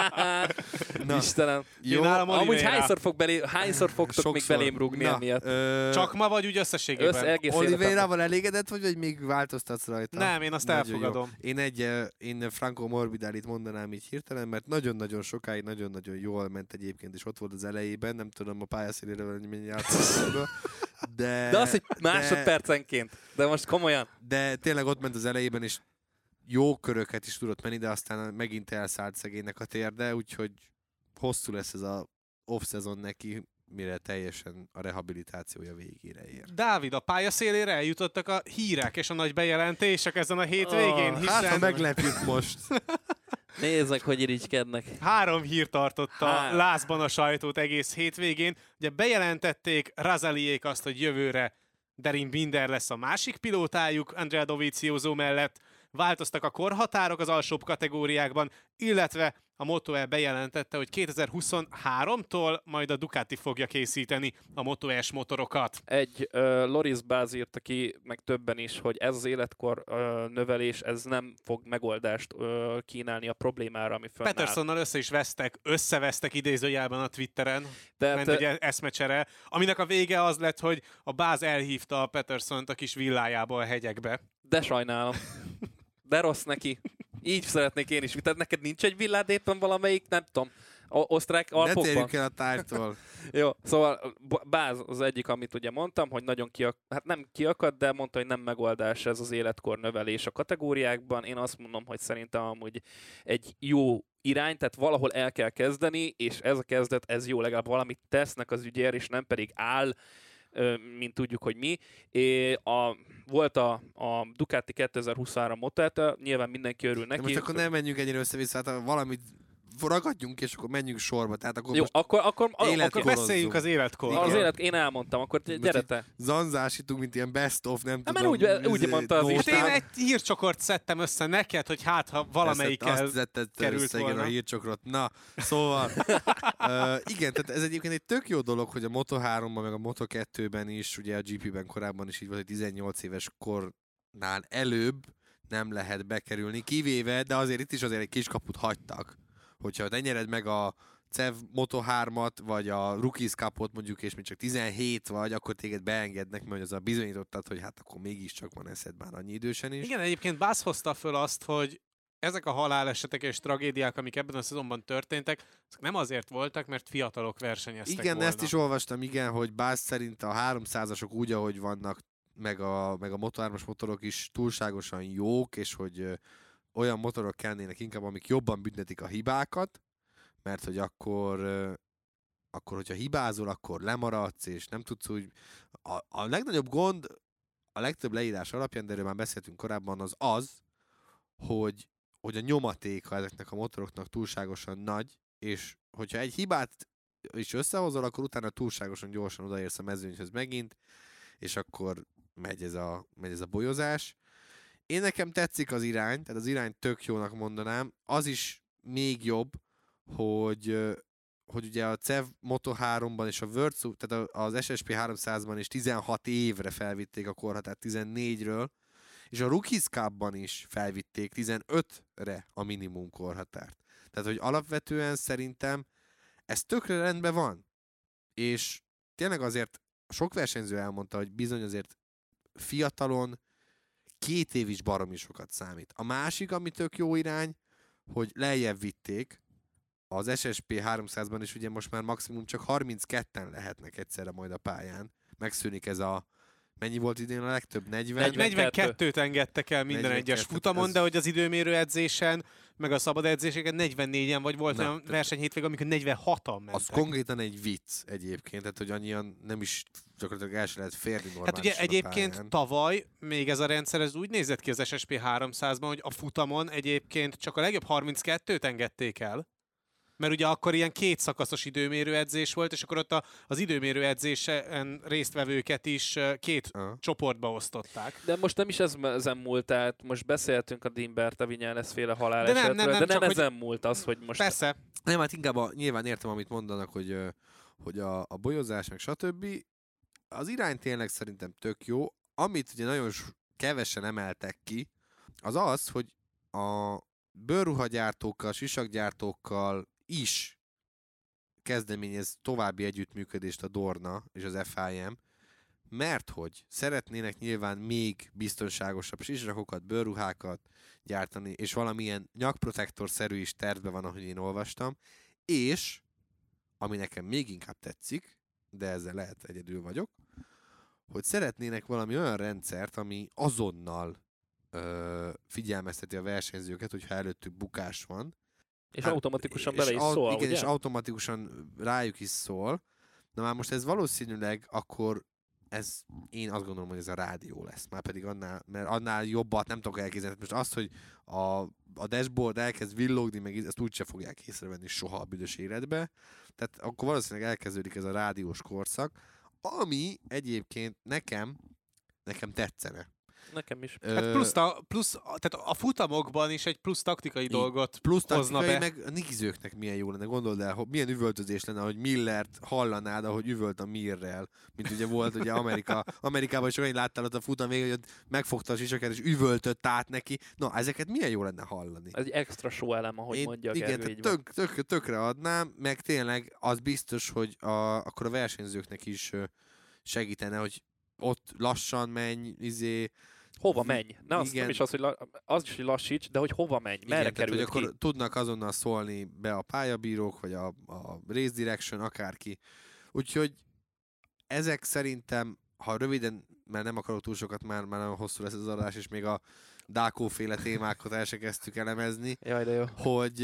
Na, Istenem. jó. nálam Amúgy Oliveira. hányszor, fog belé, hányszor fogtok még belém rúgni Na, emiatt? ö, Csak ma vagy úgy összességében? Össze egész életemben. Oliveirával elégedett vagy, vagy még változtatsz rajta? Nem, én azt Nagyon elfogadom. jó. Én egy, eh, én Franco Morbidalit mondanám így hirtelen, mert nagyon-nagyon sokáig, nagyon-nagyon jól ment egyébként, és ott volt az elejében, nem tudom a pályaszéléről, hogy mennyi játszott, de... De az, hogy másodpercenként. De most komolyan. De tényleg ott ment az elejében, és jó köröket is tudott menni, de aztán megint elszállt szegénynek a térde, úgyhogy hosszú lesz ez a off-szezon neki, mire teljesen a rehabilitációja végére ér. Dávid, a pálya szélére eljutottak a hírek és a nagy bejelentések ezen a hétvégén, Oh, hiszen Hát, ha meglepjük most. Nézd meg, hogy irigykednek. három hír tartotta Három. lázban a sajtót egész hétvégén. Ugye bejelentették Razaliék azt, hogy jövőre Derin Binder lesz a másik pilótájuk Andrea Dovizioso mellett. Változtak a korhatárok az alsóbb kategóriákban, illetve a Moto E bejelentette, hogy kétezer-huszonháromtól majd a Ducati fogja készíteni a Moto E-s motorokat. Egy uh, Loris Báz írta ki, meg többen is, hogy ez az életkor uh, növelés, ez nem fog megoldást uh, kínálni a problémára, ami fönnáll. Petersonnal össze is vesztek, összevesztek idézőjelben a Twitteren, De ment te- egy eszmecsere, aminek a vége az lett, hogy a Báz elhívta a Petersont a kis villájába a hegyekbe. De sajnálom. De rossz neki. Így szeretnék én is. Tehát neked nincs egy villád éppen valamelyik, nem tudom, o- osztrák Ne Alpokban? térjünk el a tárgytól. Jó, szóval B- Báz az egyik, amit ugye mondtam, hogy nagyon kiak, hát nem kiakad, de mondta, hogy nem megoldás ez az életkor növelés a kategóriákban. Én azt mondom, hogy szerintem amúgy egy jó irány, tehát valahol el kell kezdeni, és ez a kezdet, ez jó, legalább valamit tesznek az ügyér, és nem pedig áll, ö, mint tudjuk, hogy mi. É, a, volt a, a Ducati kétezer-huszonhárom Moto-e, nyilván mindenki örül De neki. most akkor nem menjünk ennyire össze-vissza, hát ha valamit ragadjunk, és akkor menjünk sorba. Tehát akkor Jó, most akkor, akkor, akkor, életkor- Akkor akkor beszéljünk az életkorról. az Igen. élet, én elmondtam, akkor te- Most gyere így- te. zanzásítunk, mint ilyen best of, nem Hát tudom. mert úgy- úgy izé, mondta az nótán. Hát én Isten. egy hírcsokort szedtem össze neked, hogy hát ha valamelyikkel... Ezt, azt szedted került össze, igen, volna. a hírcsokrot. Na, szóval, uh, igen, tehát ez egyébként egy tök jó dolog, hogy a Moto háromban, meg a Moto kettőben is, ugye a gé pében korábban is így volt, hogy tizennyolc éves kornál előbb nem lehet bekerülni, kivéve, de azért itt is azért egy kiskaput hagytak. Hogyha te nyered meg a cé e vé Moto hármat, vagy a Rookies Cupot mondjuk, és még csak tizenhét vagy, akkor téged beengednek, mert az a bizonyítottad, hogy hát akkor mégiscsak van eszed már annyi idősen is. Igen, egyébként Bász hozta föl azt, hogy ezek a halálesetek és tragédiák, amik ebben a szezonban történtek, ezek nem azért voltak, mert fiatalok versenyeztek Igen, volna. ezt is olvastam, igen, hogy Bász szerint a háromszázasok úgy, ahogy vannak, meg a, meg a Moto hármas motorok is túlságosan jók, és hogy ö, olyan motorok kellnének inkább, amik jobban büntetik a hibákat, mert hogy akkor, ö, akkor hogyha hibázol, akkor lemaradsz, és nem tudsz úgy... A, a legnagyobb gond, a legtöbb leírás alapján, de erről már beszéltünk korábban, az az, hogy, hogy a nyomatéka ezeknek a motoroknak túlságosan nagy, és hogyha egy hibát is összehozol, akkor utána túlságosan gyorsan odaérsz a mezőnyhöz megint, és akkor megy ez a, megy ez a bolyozás. Én nekem tetszik az irány, tehát az irány tök jónak mondanám. Az is még jobb, hogy, hogy ugye a cé e vé Moto háromban és a World, tehát az es es pé háromszázban is tizenhat évre felvitték a korhatárt tizennégyről, és a Rookies Cup-ban is felvitték tizenötre a minimum korhatárt. Tehát, hogy alapvetően szerintem ez tökre rendben van. És tényleg azért sok versenyző elmondta, hogy bizony azért fiatalon két év is baromi sokat számít. A másik, ami tök jó irány, hogy lejjebb vitték, az es es pé háromszázban is ugye most már maximum csak harmincketten lehetnek egyszerre majd a pályán. Megszűnik ez a... Mennyi volt idén a legtöbb? negyven? negyvenkettőt engedtek el minden negyvenkettő, egyes futamon, ez... de hogy az időmérő edzésen, meg a szabad edzéseken negyvennégyen, vagy volt Na, olyan verseny hétvég, amikor negyvenhatan mentek. Az konkrétan egy vicc egyébként, tehát hogy annyian nem is gyakorlatilag el se lehet férni normálisan. Hát ugye egyébként tavaly még ez a rendszer ez úgy nézett ki az es es pé háromszázban, hogy a futamon egyébként csak a legjobb harminckettőt engedték el, mert ugye akkor ilyen két szakaszos időmérő edzés volt, és akkor ott a, az időmérő edzésen résztvevőket is két uh. csoportba osztották. De most nem is ez, ezen múlt, tehát most beszéltünk a Dimberta Vinyales féle halálesetről, de nem, nem, nem, de nem csak, ezen hogy... múlt az, hogy most... Persze. Nem, hát inkább a, nyilván értem, amit mondanak, hogy, hogy a, a bolyozás, meg stb. Az irány tényleg szerintem tök jó. Amit ugye nagyon kevesen emeltek ki, az az, hogy a bőrruhagyártókkal, sisakgyártókkal is kezdeményez további együttműködést a Dorna és az ef i em, mert hogy szeretnének nyilván még biztonságosabb sisakokat, bőrruhákat gyártani, és valamilyen nyakprotektor-szerű is tervben van, ahogy én olvastam, és, ami nekem még inkább tetszik, de ezzel lehet egyedül vagyok, hogy szeretnének valami olyan rendszert, ami azonnal ö, figyelmezteti a versenyzőket, hogyha előttük bukás van. És hát, automatikusan és bele is au- szól, igen, ugye? és automatikusan rájuk is szól. Na már most ez valószínűleg akkor ez, én azt gondolom, hogy ez a rádió lesz. Már pedig annál, mert annál jobbat nem tudok elképzelni. Most azt, hogy a, a dashboard elkezd villogni, meg ezt úgyse fogják észrevenni soha a büdös életbe. Tehát akkor valószínűleg elkezdődik ez a rádiós korszak, ami egyébként nekem, nekem tetszene. Nekem is. Hát plusz, ta, plusz tehát a futamokban is egy plusz taktikai Így, dolgot plusz hozna taktikai, be. meg a nigizőknek milyen jó lenne. Gondold el, hogy milyen üvöltözés lenne, hogy Millert hallanád, ahogy üvölt a Mirrel. Mint ugye volt, ugye Amerika, Amerikában is olyan láttál ott a futam végén, hogy megfogta a sisakát és üvöltött át neki. Na, ezeket milyen jó lenne hallani. Ez egy extra show elem, ahogy Én, mondja a igen, Gergő, így tök, tök, tökre adnám, meg tényleg az biztos, hogy a, akkor a versenyzőknek is segítene, hogy ott lassan menj, izé, hova menj? Ne az, igen. nem is az, hogy la, az is, hogy lassíts, de hogy hova menj, merre igen, tehát, hogy került ki. akkor tudnak azonnal szólni be a pályabírók, vagy a, a race direction, akárki. Úgyhogy ezek szerintem, ha röviden, mert nem akarok túl sokat, már, már nagyon hosszú lesz az adás, és még a Dákó-féle témákat el se kezdtük elemezni, Jaj, de jó. hogy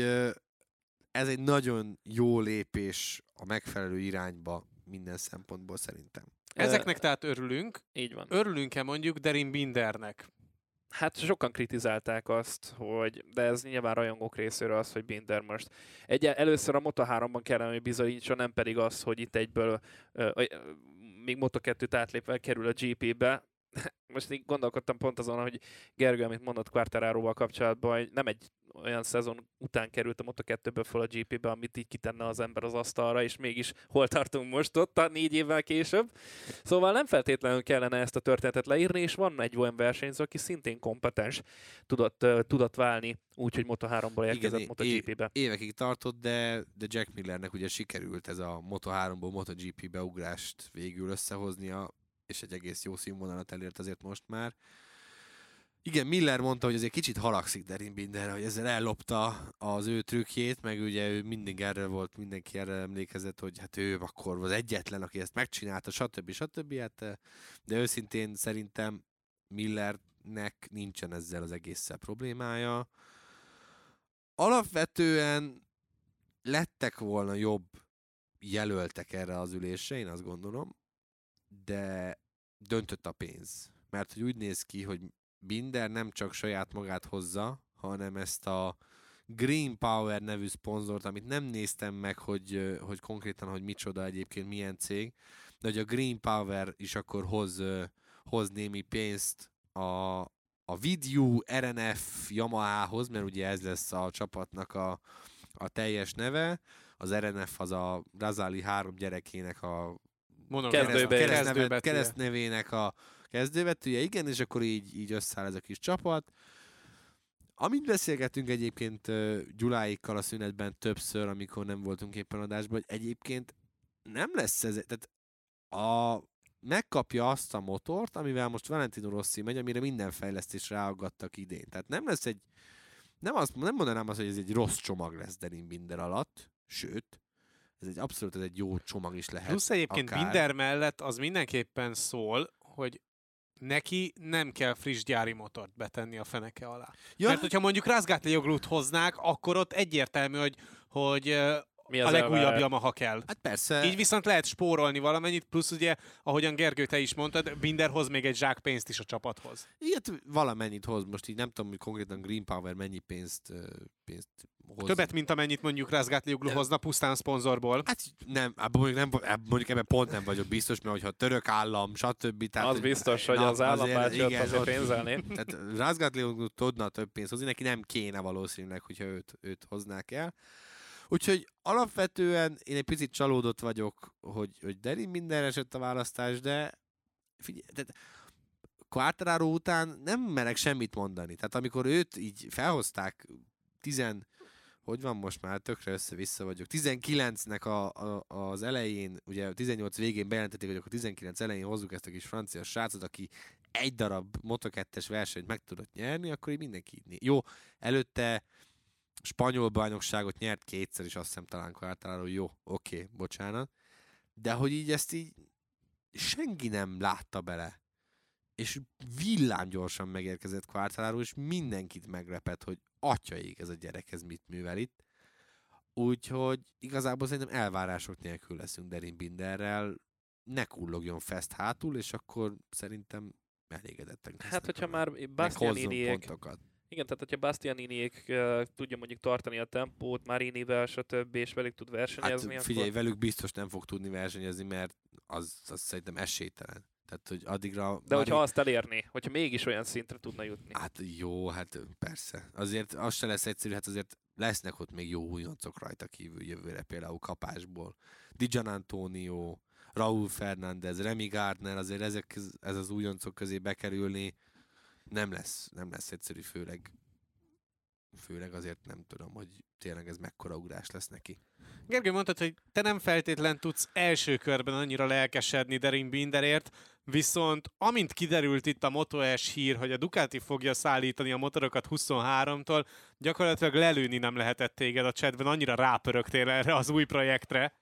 ez egy nagyon jó lépés a megfelelő irányba minden szempontból szerintem. Ezeknek tehát örülünk. Így van. Örülünk-e mondjuk Derin Bindernek? Hát sokan kritizálták azt, hogy, de ez nyilván rajongók részéről az, hogy Binder most. Egy, először a Moto háromban kellene, hogy bizonyítson, nem pedig az, hogy itt egyből ö, ö, még Moto kettőt átlépve kerül a gé pé-be. Most így gondolkodtam pont azon, hogy Gergő, amit mondott Quartararóval kapcsolatban, hogy nem egy olyan szezon után került a Moto kettőből fel a gé pé-be, amit így kitenne az ember az asztalra, és mégis hol tartunk most ott a négy évvel később. Szóval nem feltétlenül kellene ezt a történetet leírni, és van egy olyan versenyző, aki szintén kompetens, tudott, uh, tudott válni úgy, hogy Moto háromból érkezett Igen, Moto gé pé-be. Évekig tartott, de, de Jack Millernek ugye sikerült ez a Moto háromból Moto gé pé-be ugrást végül összehoznia, és egy egész jó színvonalat elért azért most már. Igen, Miller mondta, hogy azért kicsit halagszik Derin Binderre, hogy ezzel ellopta az ő trükkjét, meg ugye ő mindig erre volt, mindenki erre emlékezett, hogy hát ő akkor az egyetlen, aki ezt megcsinálta, stb. stb. Hát, de őszintén szerintem Millernek nincsen ezzel az egésszel problémája. Alapvetően lettek volna jobb jelöltek erre az ülésre, én azt gondolom, de döntött a pénz. Mert hogy úgy néz ki, hogy Binder nem csak saját magát hozza, hanem ezt a Green Power nevű szponzort, amit nem néztem meg, hogy, hogy konkrétan, hogy micsoda egyébként, milyen cég, de hogy a Green Power is akkor hoz, hoz némi pénzt a, a Vidju er en ef Yamahához, mert ugye ez lesz a csapatnak a, a teljes neve. Az er en ef az a Razali három gyerekének a Kezdőbe, keresztnevének a kezdőbetűje, igen, és akkor így, így összeáll ez a kis csapat. Amit beszélgetünk egyébként uh, Gyuláikkal a szünetben többször, amikor nem voltunk éppen adásban, hogy egyébként nem lesz ez, tehát a, megkapja azt a motort, amivel most Valentino Rossi megy, amire minden fejlesztés ráaggattak idén. Tehát nem lesz egy, nem, azt, nem mondanám azt, hogy ez egy rossz csomag lesz Derin Binder alatt, sőt, ez egy abszolút ez egy jó csomag is lehet. Plusz egyébként akár. Binder mellett az mindenképpen szól, hogy neki nem kell friss gyári motort betenni a feneke alá. Ja. Mert hogyha mondjuk Razgatlioglut hoznák, akkor ott egyértelmű, hogy, hogy Mi a legújabb Yamaha kell. Hát persze. Így viszont lehet spórolni valamennyit, plusz ugye, ahogyan Gergő, te is mondtad, Binder hoz még egy zsák pénzt is a csapathoz. Ilyet valamennyit hoz, most így nem tudom, hogy konkrétan Green Power mennyi pénzt, pénzt hoz. Többet, mint amennyit mondjuk Razgatlioglu hozna, pusztán a szponzorból. Hát nem, abban mondjuk, nem, mondjuk ebben pont nem vagyok biztos, mert hogyha török állam, stb. Tehát, az biztos, hogy na, az állambácsi ott azért pénzelné. Tehát Razgatlioglu tudna több pénzt hozni, neki nem kéne valószínűleg, hogyha őt, őt hoznák el. Úgyhogy alapvetően én egy picit csalódott vagyok, hogy, hogy Derin Binder esett a választás, de figyelj, tehát Quartararo után nem merek semmit mondani. Tehát amikor őt így felhozták tizen, hogy van most már, tökre össze-vissza vagyok, tizenkilencnek a, a, az elején, ugye tizennyolc végén bejelentették, hogy akkor tizenkilenc elején hozzuk ezt a kis francia srácot, aki egy darab moto kettes versenyt meg tudott nyerni, akkor így mindenki így. Jó, előtte spanyol bajnokságot nyert kétszer is, azt hiszem talán Quartararo, jó, oké, okay, bocsánat. De hogy így ezt így senki nem látta bele. És villámgyorsan megérkezett Quartararo, és mindenkit meglepett, hogy atyaik ez a gyerek, ez mit művel itt. Úgyhogy igazából szerintem elvárások nélkül leszünk Derin Binderrel, ne kullogjon fest hátul, és akkor szerintem elégedettek. Hát, hogyha már Bastianiniék... Igen, tehát hogyha Bastianiniék uh, tudja mondjuk tartani a tempót, Marinivel, stb. És velük tud versenyezni, hát figyelj, akkor... velük biztos nem fog tudni versenyezni, mert az, az szerintem esélytelen. Tehát, hogy addigra... De Mari... hogyha azt elérni, hogyha mégis olyan szintre tudna jutni. Hát jó, hát persze. Azért az se lesz egyszerű, hát azért lesznek ott még jó újoncok rajta kívül jövőre, például kapásból. Di Gianantonio, Raúl Fernández, Remy Gardner, azért ezek, ez az újoncok közé bekerülni nem lesz, nem lesz egyszerű, főleg, főleg azért nem tudom, hogy tényleg ez mekkora ugrás lesz neki. Gergő, mondtad, hogy te nem feltétlen tudsz első körben annyira lelkesedni Derin Binderért, viszont amint kiderült itt a MotoS hír, hogy a Ducati fogja szállítani a motorokat huszonháromtól, gyakorlatilag lelőni nem lehetett téged a chatben, annyira rápörögtél erre az új projektre.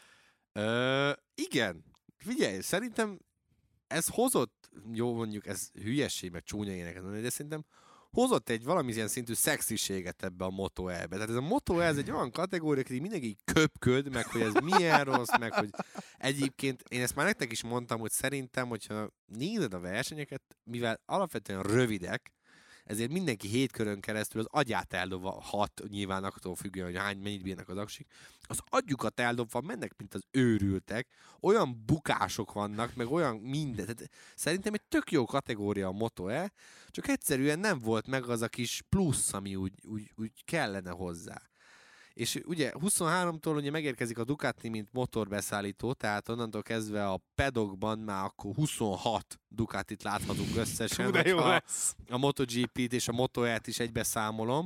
Ö, igen. Figyelj, szerintem ez hozott, jó mondjuk ez hülyesség, meg csúnya éneket mondani, de szerintem hozott egy valamilyen szintű szexiséget ebbe a Moto E-be. Tehát ez a Moto E ez egy olyan kategória, hogy mindenki köpköd, meg hogy ez milyen rossz, meg hogy egyébként én ezt már nektek is mondtam, hogy szerintem, hogyha nézed a versenyeket, mivel alapvetően rövidek, ezért mindenki hét körön keresztül az agyát eldobva, hat nyilván attól függően, hogy hány, mennyit bírnak az aksik, az agyukat eldobva mennek, mint az őrültek, olyan bukások vannak, meg olyan minden. Tehát szerintem egy tök jó kategória a Moto E, csak egyszerűen nem volt meg az a kis plusz, ami úgy, úgy, úgy kellene hozzá. És ugye huszonháromtól ugye megérkezik a Ducati, mint motorbeszállító, tehát onnantól kezdve a pedokban már akkor huszonhat Ducatit láthatunk összesen, de jó lesz. A MotoGP-t és a Moto E-t is egybe számolom.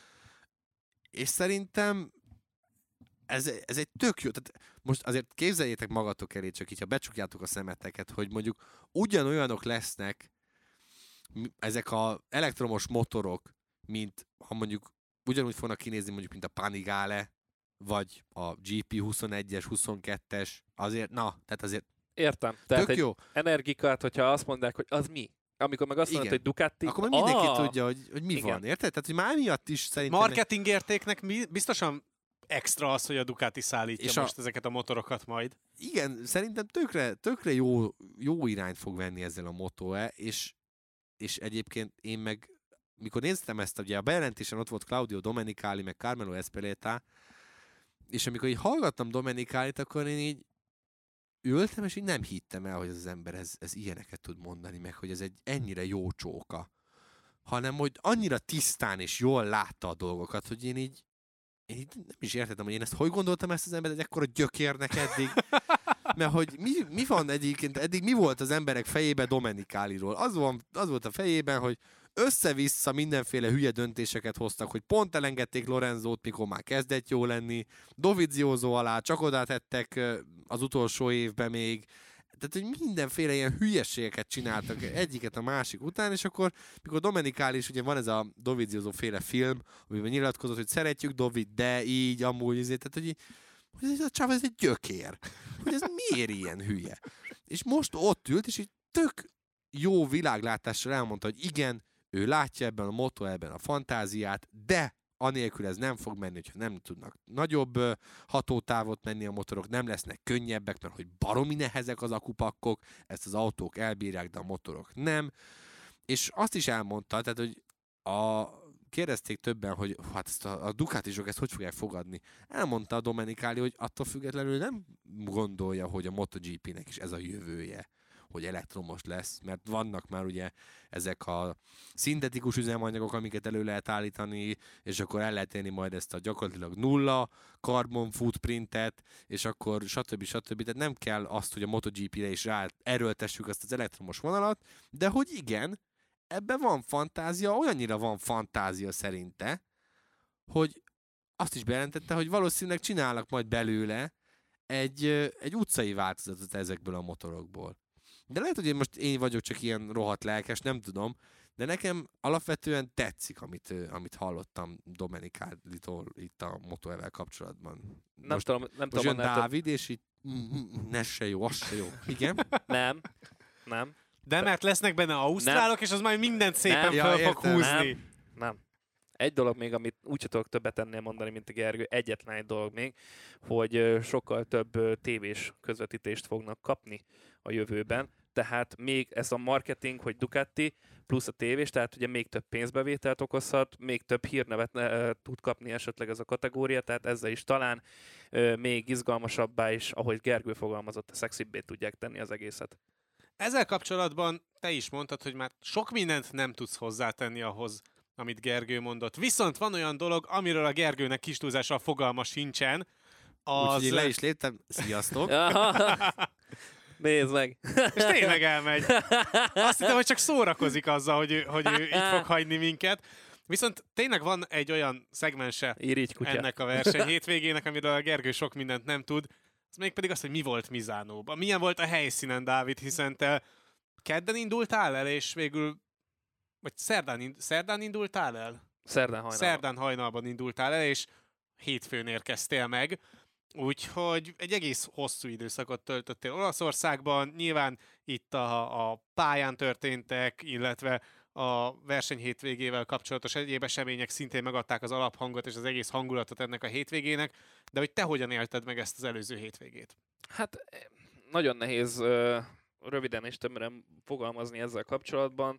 És szerintem ez, ez egy tök jó, tehát most azért képzeljétek magatok elé, csak így, ha becsukjátok a szemeteket, hogy mondjuk ugyanolyanok lesznek ezek az elektromos motorok, mint ha mondjuk ugyanúgy fognak kinézni mondjuk, mint a Panigale, vagy a gé pé huszonegyes, huszonkettes, azért, na, tehát azért értem. Tehát tök egy jó. Energikát, hogyha azt mondják, hogy az mi? Amikor meg azt mondod, hogy Ducati... Akkor mindenki ah! tudja, hogy, hogy mi Igen. van, érted? Tehát, hogy már miatt is szerintem... Marketing értéknek biztosan extra az, hogy a Ducati szállítja és most a... ezeket a motorokat majd. Igen, szerintem tökre, tökre jó, jó irányt fog venni ezzel a Moto E, és, és egyébként én meg mikor néztem ezt, ugye a bejelentésen ott volt Claudio Domenicali, meg Carmelo Ezpeleta, és amikor így hallgattam Domenicalit, akkor én így ültem, és így nem hittem el, hogy ez az ember ez, ez ilyeneket tud mondani, meg hogy ez egy ennyire jó csóka. Hanem, hogy annyira tisztán és jól látta a dolgokat, hogy én így, én így nem is értettem, hogy én ezt hogy gondoltam ezt az embert, egy ekkora gyökérnek eddig. Mert hogy mi, mi van egyébként, eddig mi volt az emberek fejében Domenikáliról? Az, van, az volt a fejében, hogy össze-vissza mindenféle hülye döntéseket hoztak, hogy pont elengedték Lorenzót, mikor már kezdett jó lenni, Dovizioso alá csak oda tettek az utolsó évben még, tehát, hogy mindenféle ilyen hülyeségeket csináltak egyiket a másik után, és akkor, mikor Domenikális, ugye van ez a Dovizioso féle film, amiben nyilatkozott, hogy szeretjük Dovid, de így, amúgy, azért, tehát, hogy, hogy ez a csáv, ez egy gyökér. Hogy ez miért ilyen hülye? És most ott ült, és így tök jó világlátással elmondta, hogy igen, ő látja ebben a motto, ebben a fantáziát, de anélkül ez nem fog menni, hogyha nem tudnak nagyobb hatótávot menni a motorok, nem lesznek könnyebbek, mert hogy baromi nehezek az akupakkok, ezt az autók elbírják, de a motorok nem. És azt is elmondta, tehát, hogy a, kérdezték többen, hogy hát ezt a, a Ducatisok ezt hogy fogják fogadni. Elmondta a Domenicali, hogy attól függetlenül nem gondolja, hogy a MotoGP-nek is ez a jövője, hogy elektromos lesz, mert vannak már ugye ezek a szintetikus üzemanyagok, amiket elő lehet állítani, és akkor el lehet érni majd ezt a gyakorlatilag nulla carbon footprintet, és akkor stb. stb. Tehát nem kell azt, hogy a MotoGP-re is rá erőltessük azt az elektromos vonalat, de hogy igen, ebben van fantázia, olyannyira van fantázia szerinte, hogy azt is bejelentette, hogy valószínűleg csinálnak majd belőle egy, egy utcai változatot ezekből a motorokból. De lehet, hogy én most én vagyok csak ilyen rohadt lelkes, nem tudom, de nekem alapvetően tetszik, amit, amit hallottam Domenicalitól itt a MotoE-vel kapcsolatban. Nem most, tudom, nem most tudom. jön Dávid, és így ne se jó, az se jó. Igen? Nem, nem. De mert lesznek benne ausztrálok, és az majd mindent szépen Nem. fel Ja, fog értem. húzni. Nem. Nem. Egy dolog még, amit úgyse tudok többet ennél mondani, mint a Gergő, egyetlen egy dolog még, hogy ö, sokkal több ö, tévés közvetítést fognak kapni a jövőben, tehát még ez a marketing, hogy Ducati plusz a tévés, tehát ugye még több pénzbevételt okozhat, még több hírnevet ö, tud kapni esetleg ez a kategória, tehát ezzel is talán ö, még izgalmasabbá is, ahogy Gergő fogalmazott, a szexibbé tudják tenni az egészet. Ezzel kapcsolatban te is mondtad, hogy már sok mindent nem tudsz hozzátenni ahhoz, amit Gergő mondott. Viszont van olyan dolog, amiről a Gergőnek kis túlzással fogalma sincsen. Az... Úgyhogy én le is léptem. Sziasztok! Nézd meg! És tényleg elmegy. Azt hittem, hogy csak szórakozik azzal, hogy ő, hogy ő így fog hagyni minket. Viszont tényleg van egy olyan szegmense Irigykutya. ennek a verseny hétvégének, amiről a Gergő sok mindent nem tud. Ez mégpedig az, hogy mi volt Misánóban. Milyen volt a helyszínen, Dávid, hiszen te kedden indultál el, és végül vagy szerdán, ind- szerdán indultál el? Szerdán hajnalban. Szerdán hajnalban indultál el, és hétfőn érkeztél meg. Úgyhogy egy egész hosszú időszakot töltöttél Olaszországban. Nyilván itt a, a pályán történtek, illetve a verseny hétvégével kapcsolatos egyéb események szintén megadták az alaphangot és az egész hangulatot ennek a hétvégének. De hogy te hogyan élted meg ezt az előző hétvégét? Hát nagyon nehéz ö, röviden és tömören fogalmazni ezzel kapcsolatban,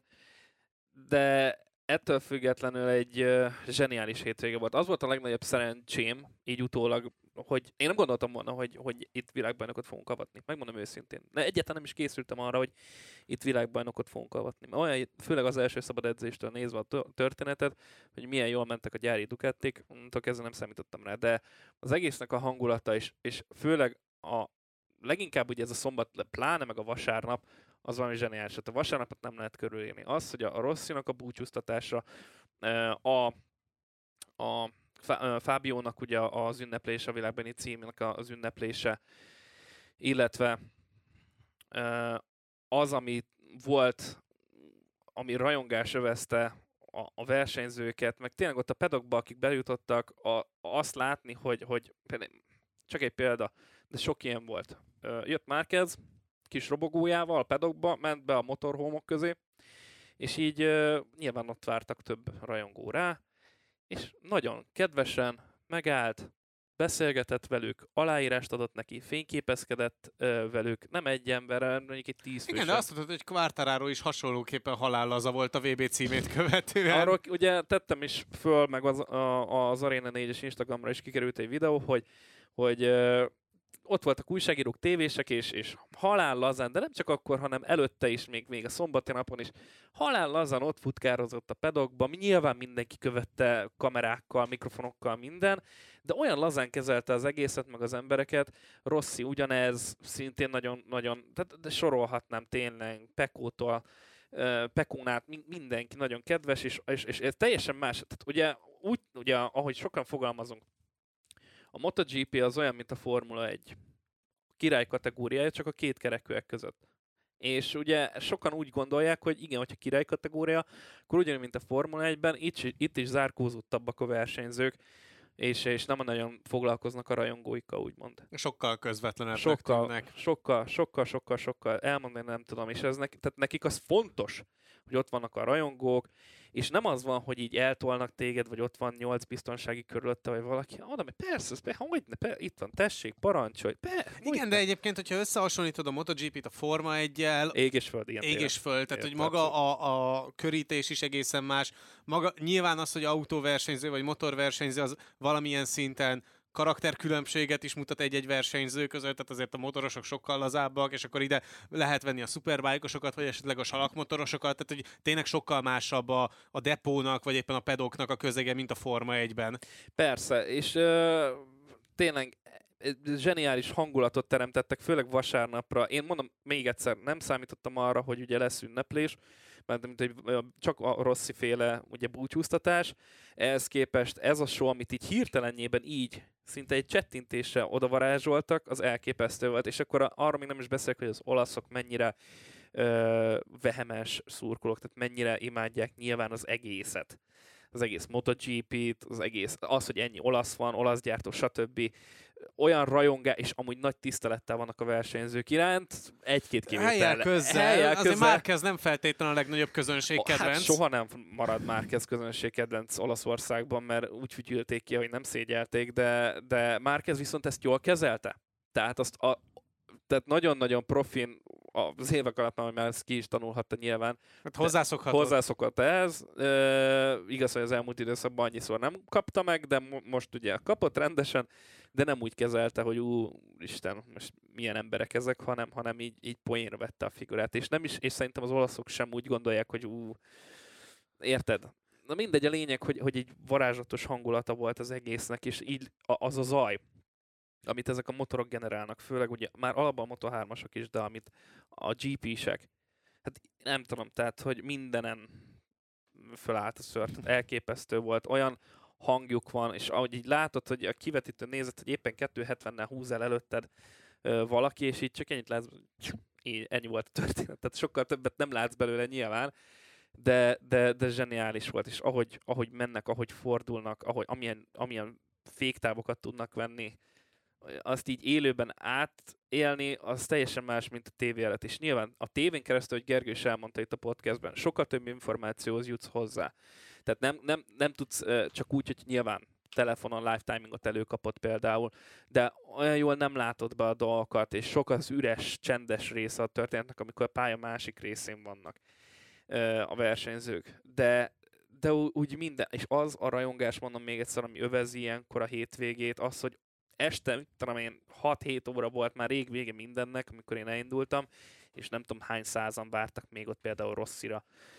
de ettől függetlenül egy uh, zseniális hétvége volt. Az volt a legnagyobb szerencsém, így utólag, hogy én nem gondoltam volna, hogy, hogy itt világbajnokot fogunk avatni. Megmondom őszintén. De egyáltalán nem is készültem arra, hogy itt világbajnokot fogunk avatni. Mert olyan, főleg az első szabad edzéstől nézve a történetet, hogy milyen jól mentek a gyári Ducatik, ezzel nem számítottam rá. De az egésznek a hangulata is, és főleg a leginkább ugye ez a szombat, pláne meg a vasárnap, az valami zseniális. A vasárnapot nem lehet körülírni. Az, hogy a Rossinak a búcsúztatása, a, a Fábiónak ugye az ünneplése, a világbajnoki címnek az ünneplése, illetve az, ami volt, ami rajongás övezte a, a versenyzőket, meg tényleg ott a pedokba, akik bejutottak, a, azt látni, hogy, hogy csak egy példa, de sok ilyen volt. Jött Márquez, kis robogójával a pedokba, ment be a motorhómok közé, és így uh, nyilván ott vártak több rajongó rá, és nagyon kedvesen megállt, beszélgetett velük, aláírást adott neki, fényképezkedett uh, velük, nem egy emberrel, mondjuk egy tíz fősen. Igen, de azt mondod, hogy Quartararo is hasonlóképpen halállaza volt a vé bé címét követően. Arról ugye tettem is föl, meg az, a, az Arena négyes Instagramra is kikerült egy videó, hogy, hogy uh, ott voltak újságírók, tévések, és, és halál lazán, de nem csak akkor, hanem előtte is, még, még a szombati napon is, halál lazán ott futkározott a pedokba, nyilván mindenki követte kamerákkal, mikrofonokkal, minden, de olyan lazán kezelte az egészet, meg az embereket. Rossi ugyanez, szintén nagyon, nagyon, tehát de sorolhatnám tényleg, Pekótól, Pekónát, mindenki nagyon kedves, és, és, és ez teljesen más. Tehát ugye, úgy, ugye, ahogy sokan fogalmazunk, a MotoGP az olyan, mint a Formula egy. Király kategóriája, csak a két kerekűek között. És ugye sokan úgy gondolják, hogy igen, hogyha király kategória, akkor ugyanúgy, mint a Formula egyben, itt, itt is zárkózódtabbak a versenyzők, és, és nem nagyon foglalkoznak a rajongóikkal, úgymond. Sokkal közvetlenebbek sokkal, tűnnek. sokkal, sokkal, sokkal, sokkal, elmondani nem tudom, és ez neki, tehát nekik az fontos, hogy ott vannak a rajongók, és nem az van, hogy így eltolnak téged, vagy ott van nyolc biztonsági körülötte, vagy valaki, oda, mert persze, persze, hogy ne, persze, itt van, tessék, parancsolj. Persze, igen, de egyébként, hogyha összehasonlítod a MotoGP-t a Forma egyel, ég és föld, ilyen ég és föld, tehát Érted, hogy maga a, a körítés is egészen más. Maga, nyilván az, hogy autóversenyző vagy motorversenyző, az valamilyen szinten karakterkülönbséget is mutat egy-egy versenyző között, tehát azért a motorosok sokkal lazábbak, és akkor ide lehet venni a szuperbike-osokat, vagy esetleg a salakmotorosokat, tehát hogy tényleg sokkal másabb a, a depónak, vagy éppen a pedoknak a közege, mint a Forma egyben. Persze, és uh, tényleg zseniális hangulatot teremtettek, főleg vasárnapra. Én mondom, még egyszer, nem számítottam arra, hogy ugye lesz ünneplés, mert mint, hogy csak a Rossi féle ugye búcsúztatás. Ehhez képest ez a show, amit így hirtelenjében így szinte egy csettintésre odavarázsoltak, az elképesztő volt. És akkor arra még nem is beszélek, hogy az olaszok mennyire ö, vehemes szurkolók, tehát mennyire imádják nyilván az egészet. Az egész MotoGP-t, az egész, az, hogy ennyi olasz van, olasz gyártó, stb. Olyan rajongás, és amúgy nagy tisztelettel vannak a versenyzők iránt, egy-két kivétel. Helyjel közzel, Helyjel azért Márquez nem feltétlenül a legnagyobb közönségkedvenc. Hát soha nem marad Márquez közönségkedvenc Olaszországban, mert úgy fütyülték ki, hogy nem szégyelték, de, de Márquez viszont ezt jól kezelte. Tehát azt a, tehát nagyon-nagyon profin az évek alatt már ezt ki is tanulhatta nyilván. Hát hozzászokhatott. Hozzászokott ez. E, igaz, hogy az elmúlt időszakban annyiszor nem kapta meg, de mo- most ugye kapott rendesen, de nem úgy kezelte, hogy ú, Isten, most milyen emberek ezek, hanem, hanem így, így poénra vette a figurát. És, nem is, és szerintem az olaszok sem úgy gondolják, hogy ú, érted? Na mindegy, a lényeg, hogy, hogy egy varázslatos hangulata volt az egésznek, és így az a zaj, amit ezek a motorok generálnak, főleg ugye már alapban a moto hármasok is, de amit a gé pé-sek, hát nem tudom, tehát, hogy mindenen fölállt a szört, elképesztő volt, olyan hangjuk van, és ahogy így látod, hogy a kivetítő nézett, hogy éppen kétszázhetvennel húz el előtted ö, valaki, és így csak ennyit látsz, így, ennyi volt a történet, tehát sokkal többet nem látsz belőle nyilván, de, de, de zseniális volt, és ahogy, ahogy mennek, ahogy fordulnak, ahogy, amilyen, amilyen féktávokat tudnak venni, azt így élőben átélni, az teljesen más, mint a tévé előtt. És nyilván a tévén keresztül, hogy Gergő is elmondta itt a podcastben, sokkal több információhoz jutsz hozzá. Tehát nem, nem, nem tudsz csak úgy, hogy nyilván telefonon live timingot előkapott például, de olyan jól nem látod be a dolgokat, és sok az üres, csendes része a történetnek, amikor a pálya másik részén vannak a versenyzők. De de úgy minden, és az a rajongás, mondom még egyszer, ami övezi ilyenkor a hétvégét, az, hogy este, tudom én, hat-hét óra volt már rég vége mindennek, amikor én elindultam, és nem tudom hány százan vártak még ott például Rossira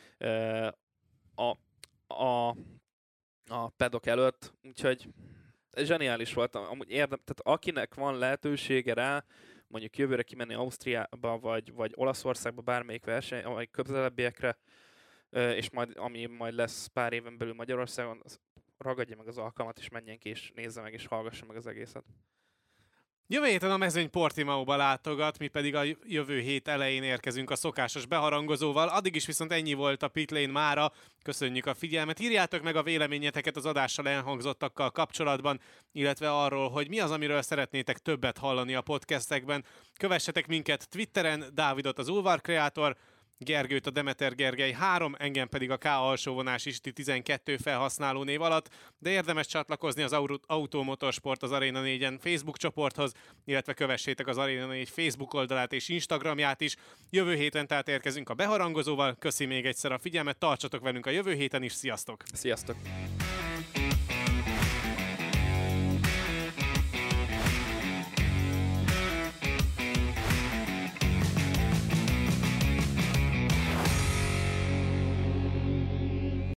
a, a, a pedok előtt, úgyhogy zseniális volt. Amúgy érdem, tehát akinek van lehetősége rá, mondjuk jövőre kimenni Ausztriába, vagy, vagy Olaszországba, bármelyik verseny, vagy közelebbiekre, és majd, ami majd lesz pár éven belül Magyarországon, ragadja meg az alkalmat, és menjen ki, és nézze meg, és hallgassa meg az egészet. Jövő héten a mezőny Portimaóba látogat, mi pedig a jövő hét elején érkezünk a szokásos beharangozóval. Addig is viszont ennyi volt a Pitlane mára. Köszönjük a figyelmet. Írjátok meg a véleményeteket az adással elhangzottakkal kapcsolatban, illetve arról, hogy mi az, amiről szeretnétek többet hallani a podcastekben. Kövessetek minket Twitteren, Dávidot az Ulvar Kreator, Gergőt a Demeter Gergely három, engem pedig a K alsóvonás Isti tizenkettő felhasználó név alatt, de érdemes csatlakozni az Automotorsport az Arena négyen Facebook csoporthoz, illetve kövessétek az Arena négy Facebook oldalát és Instagramját is. Jövő héten tehát érkezünk a beharangozóval, köszi még egyszer a figyelmet, tartsatok velünk a jövő héten is, sziasztok! Sziasztok!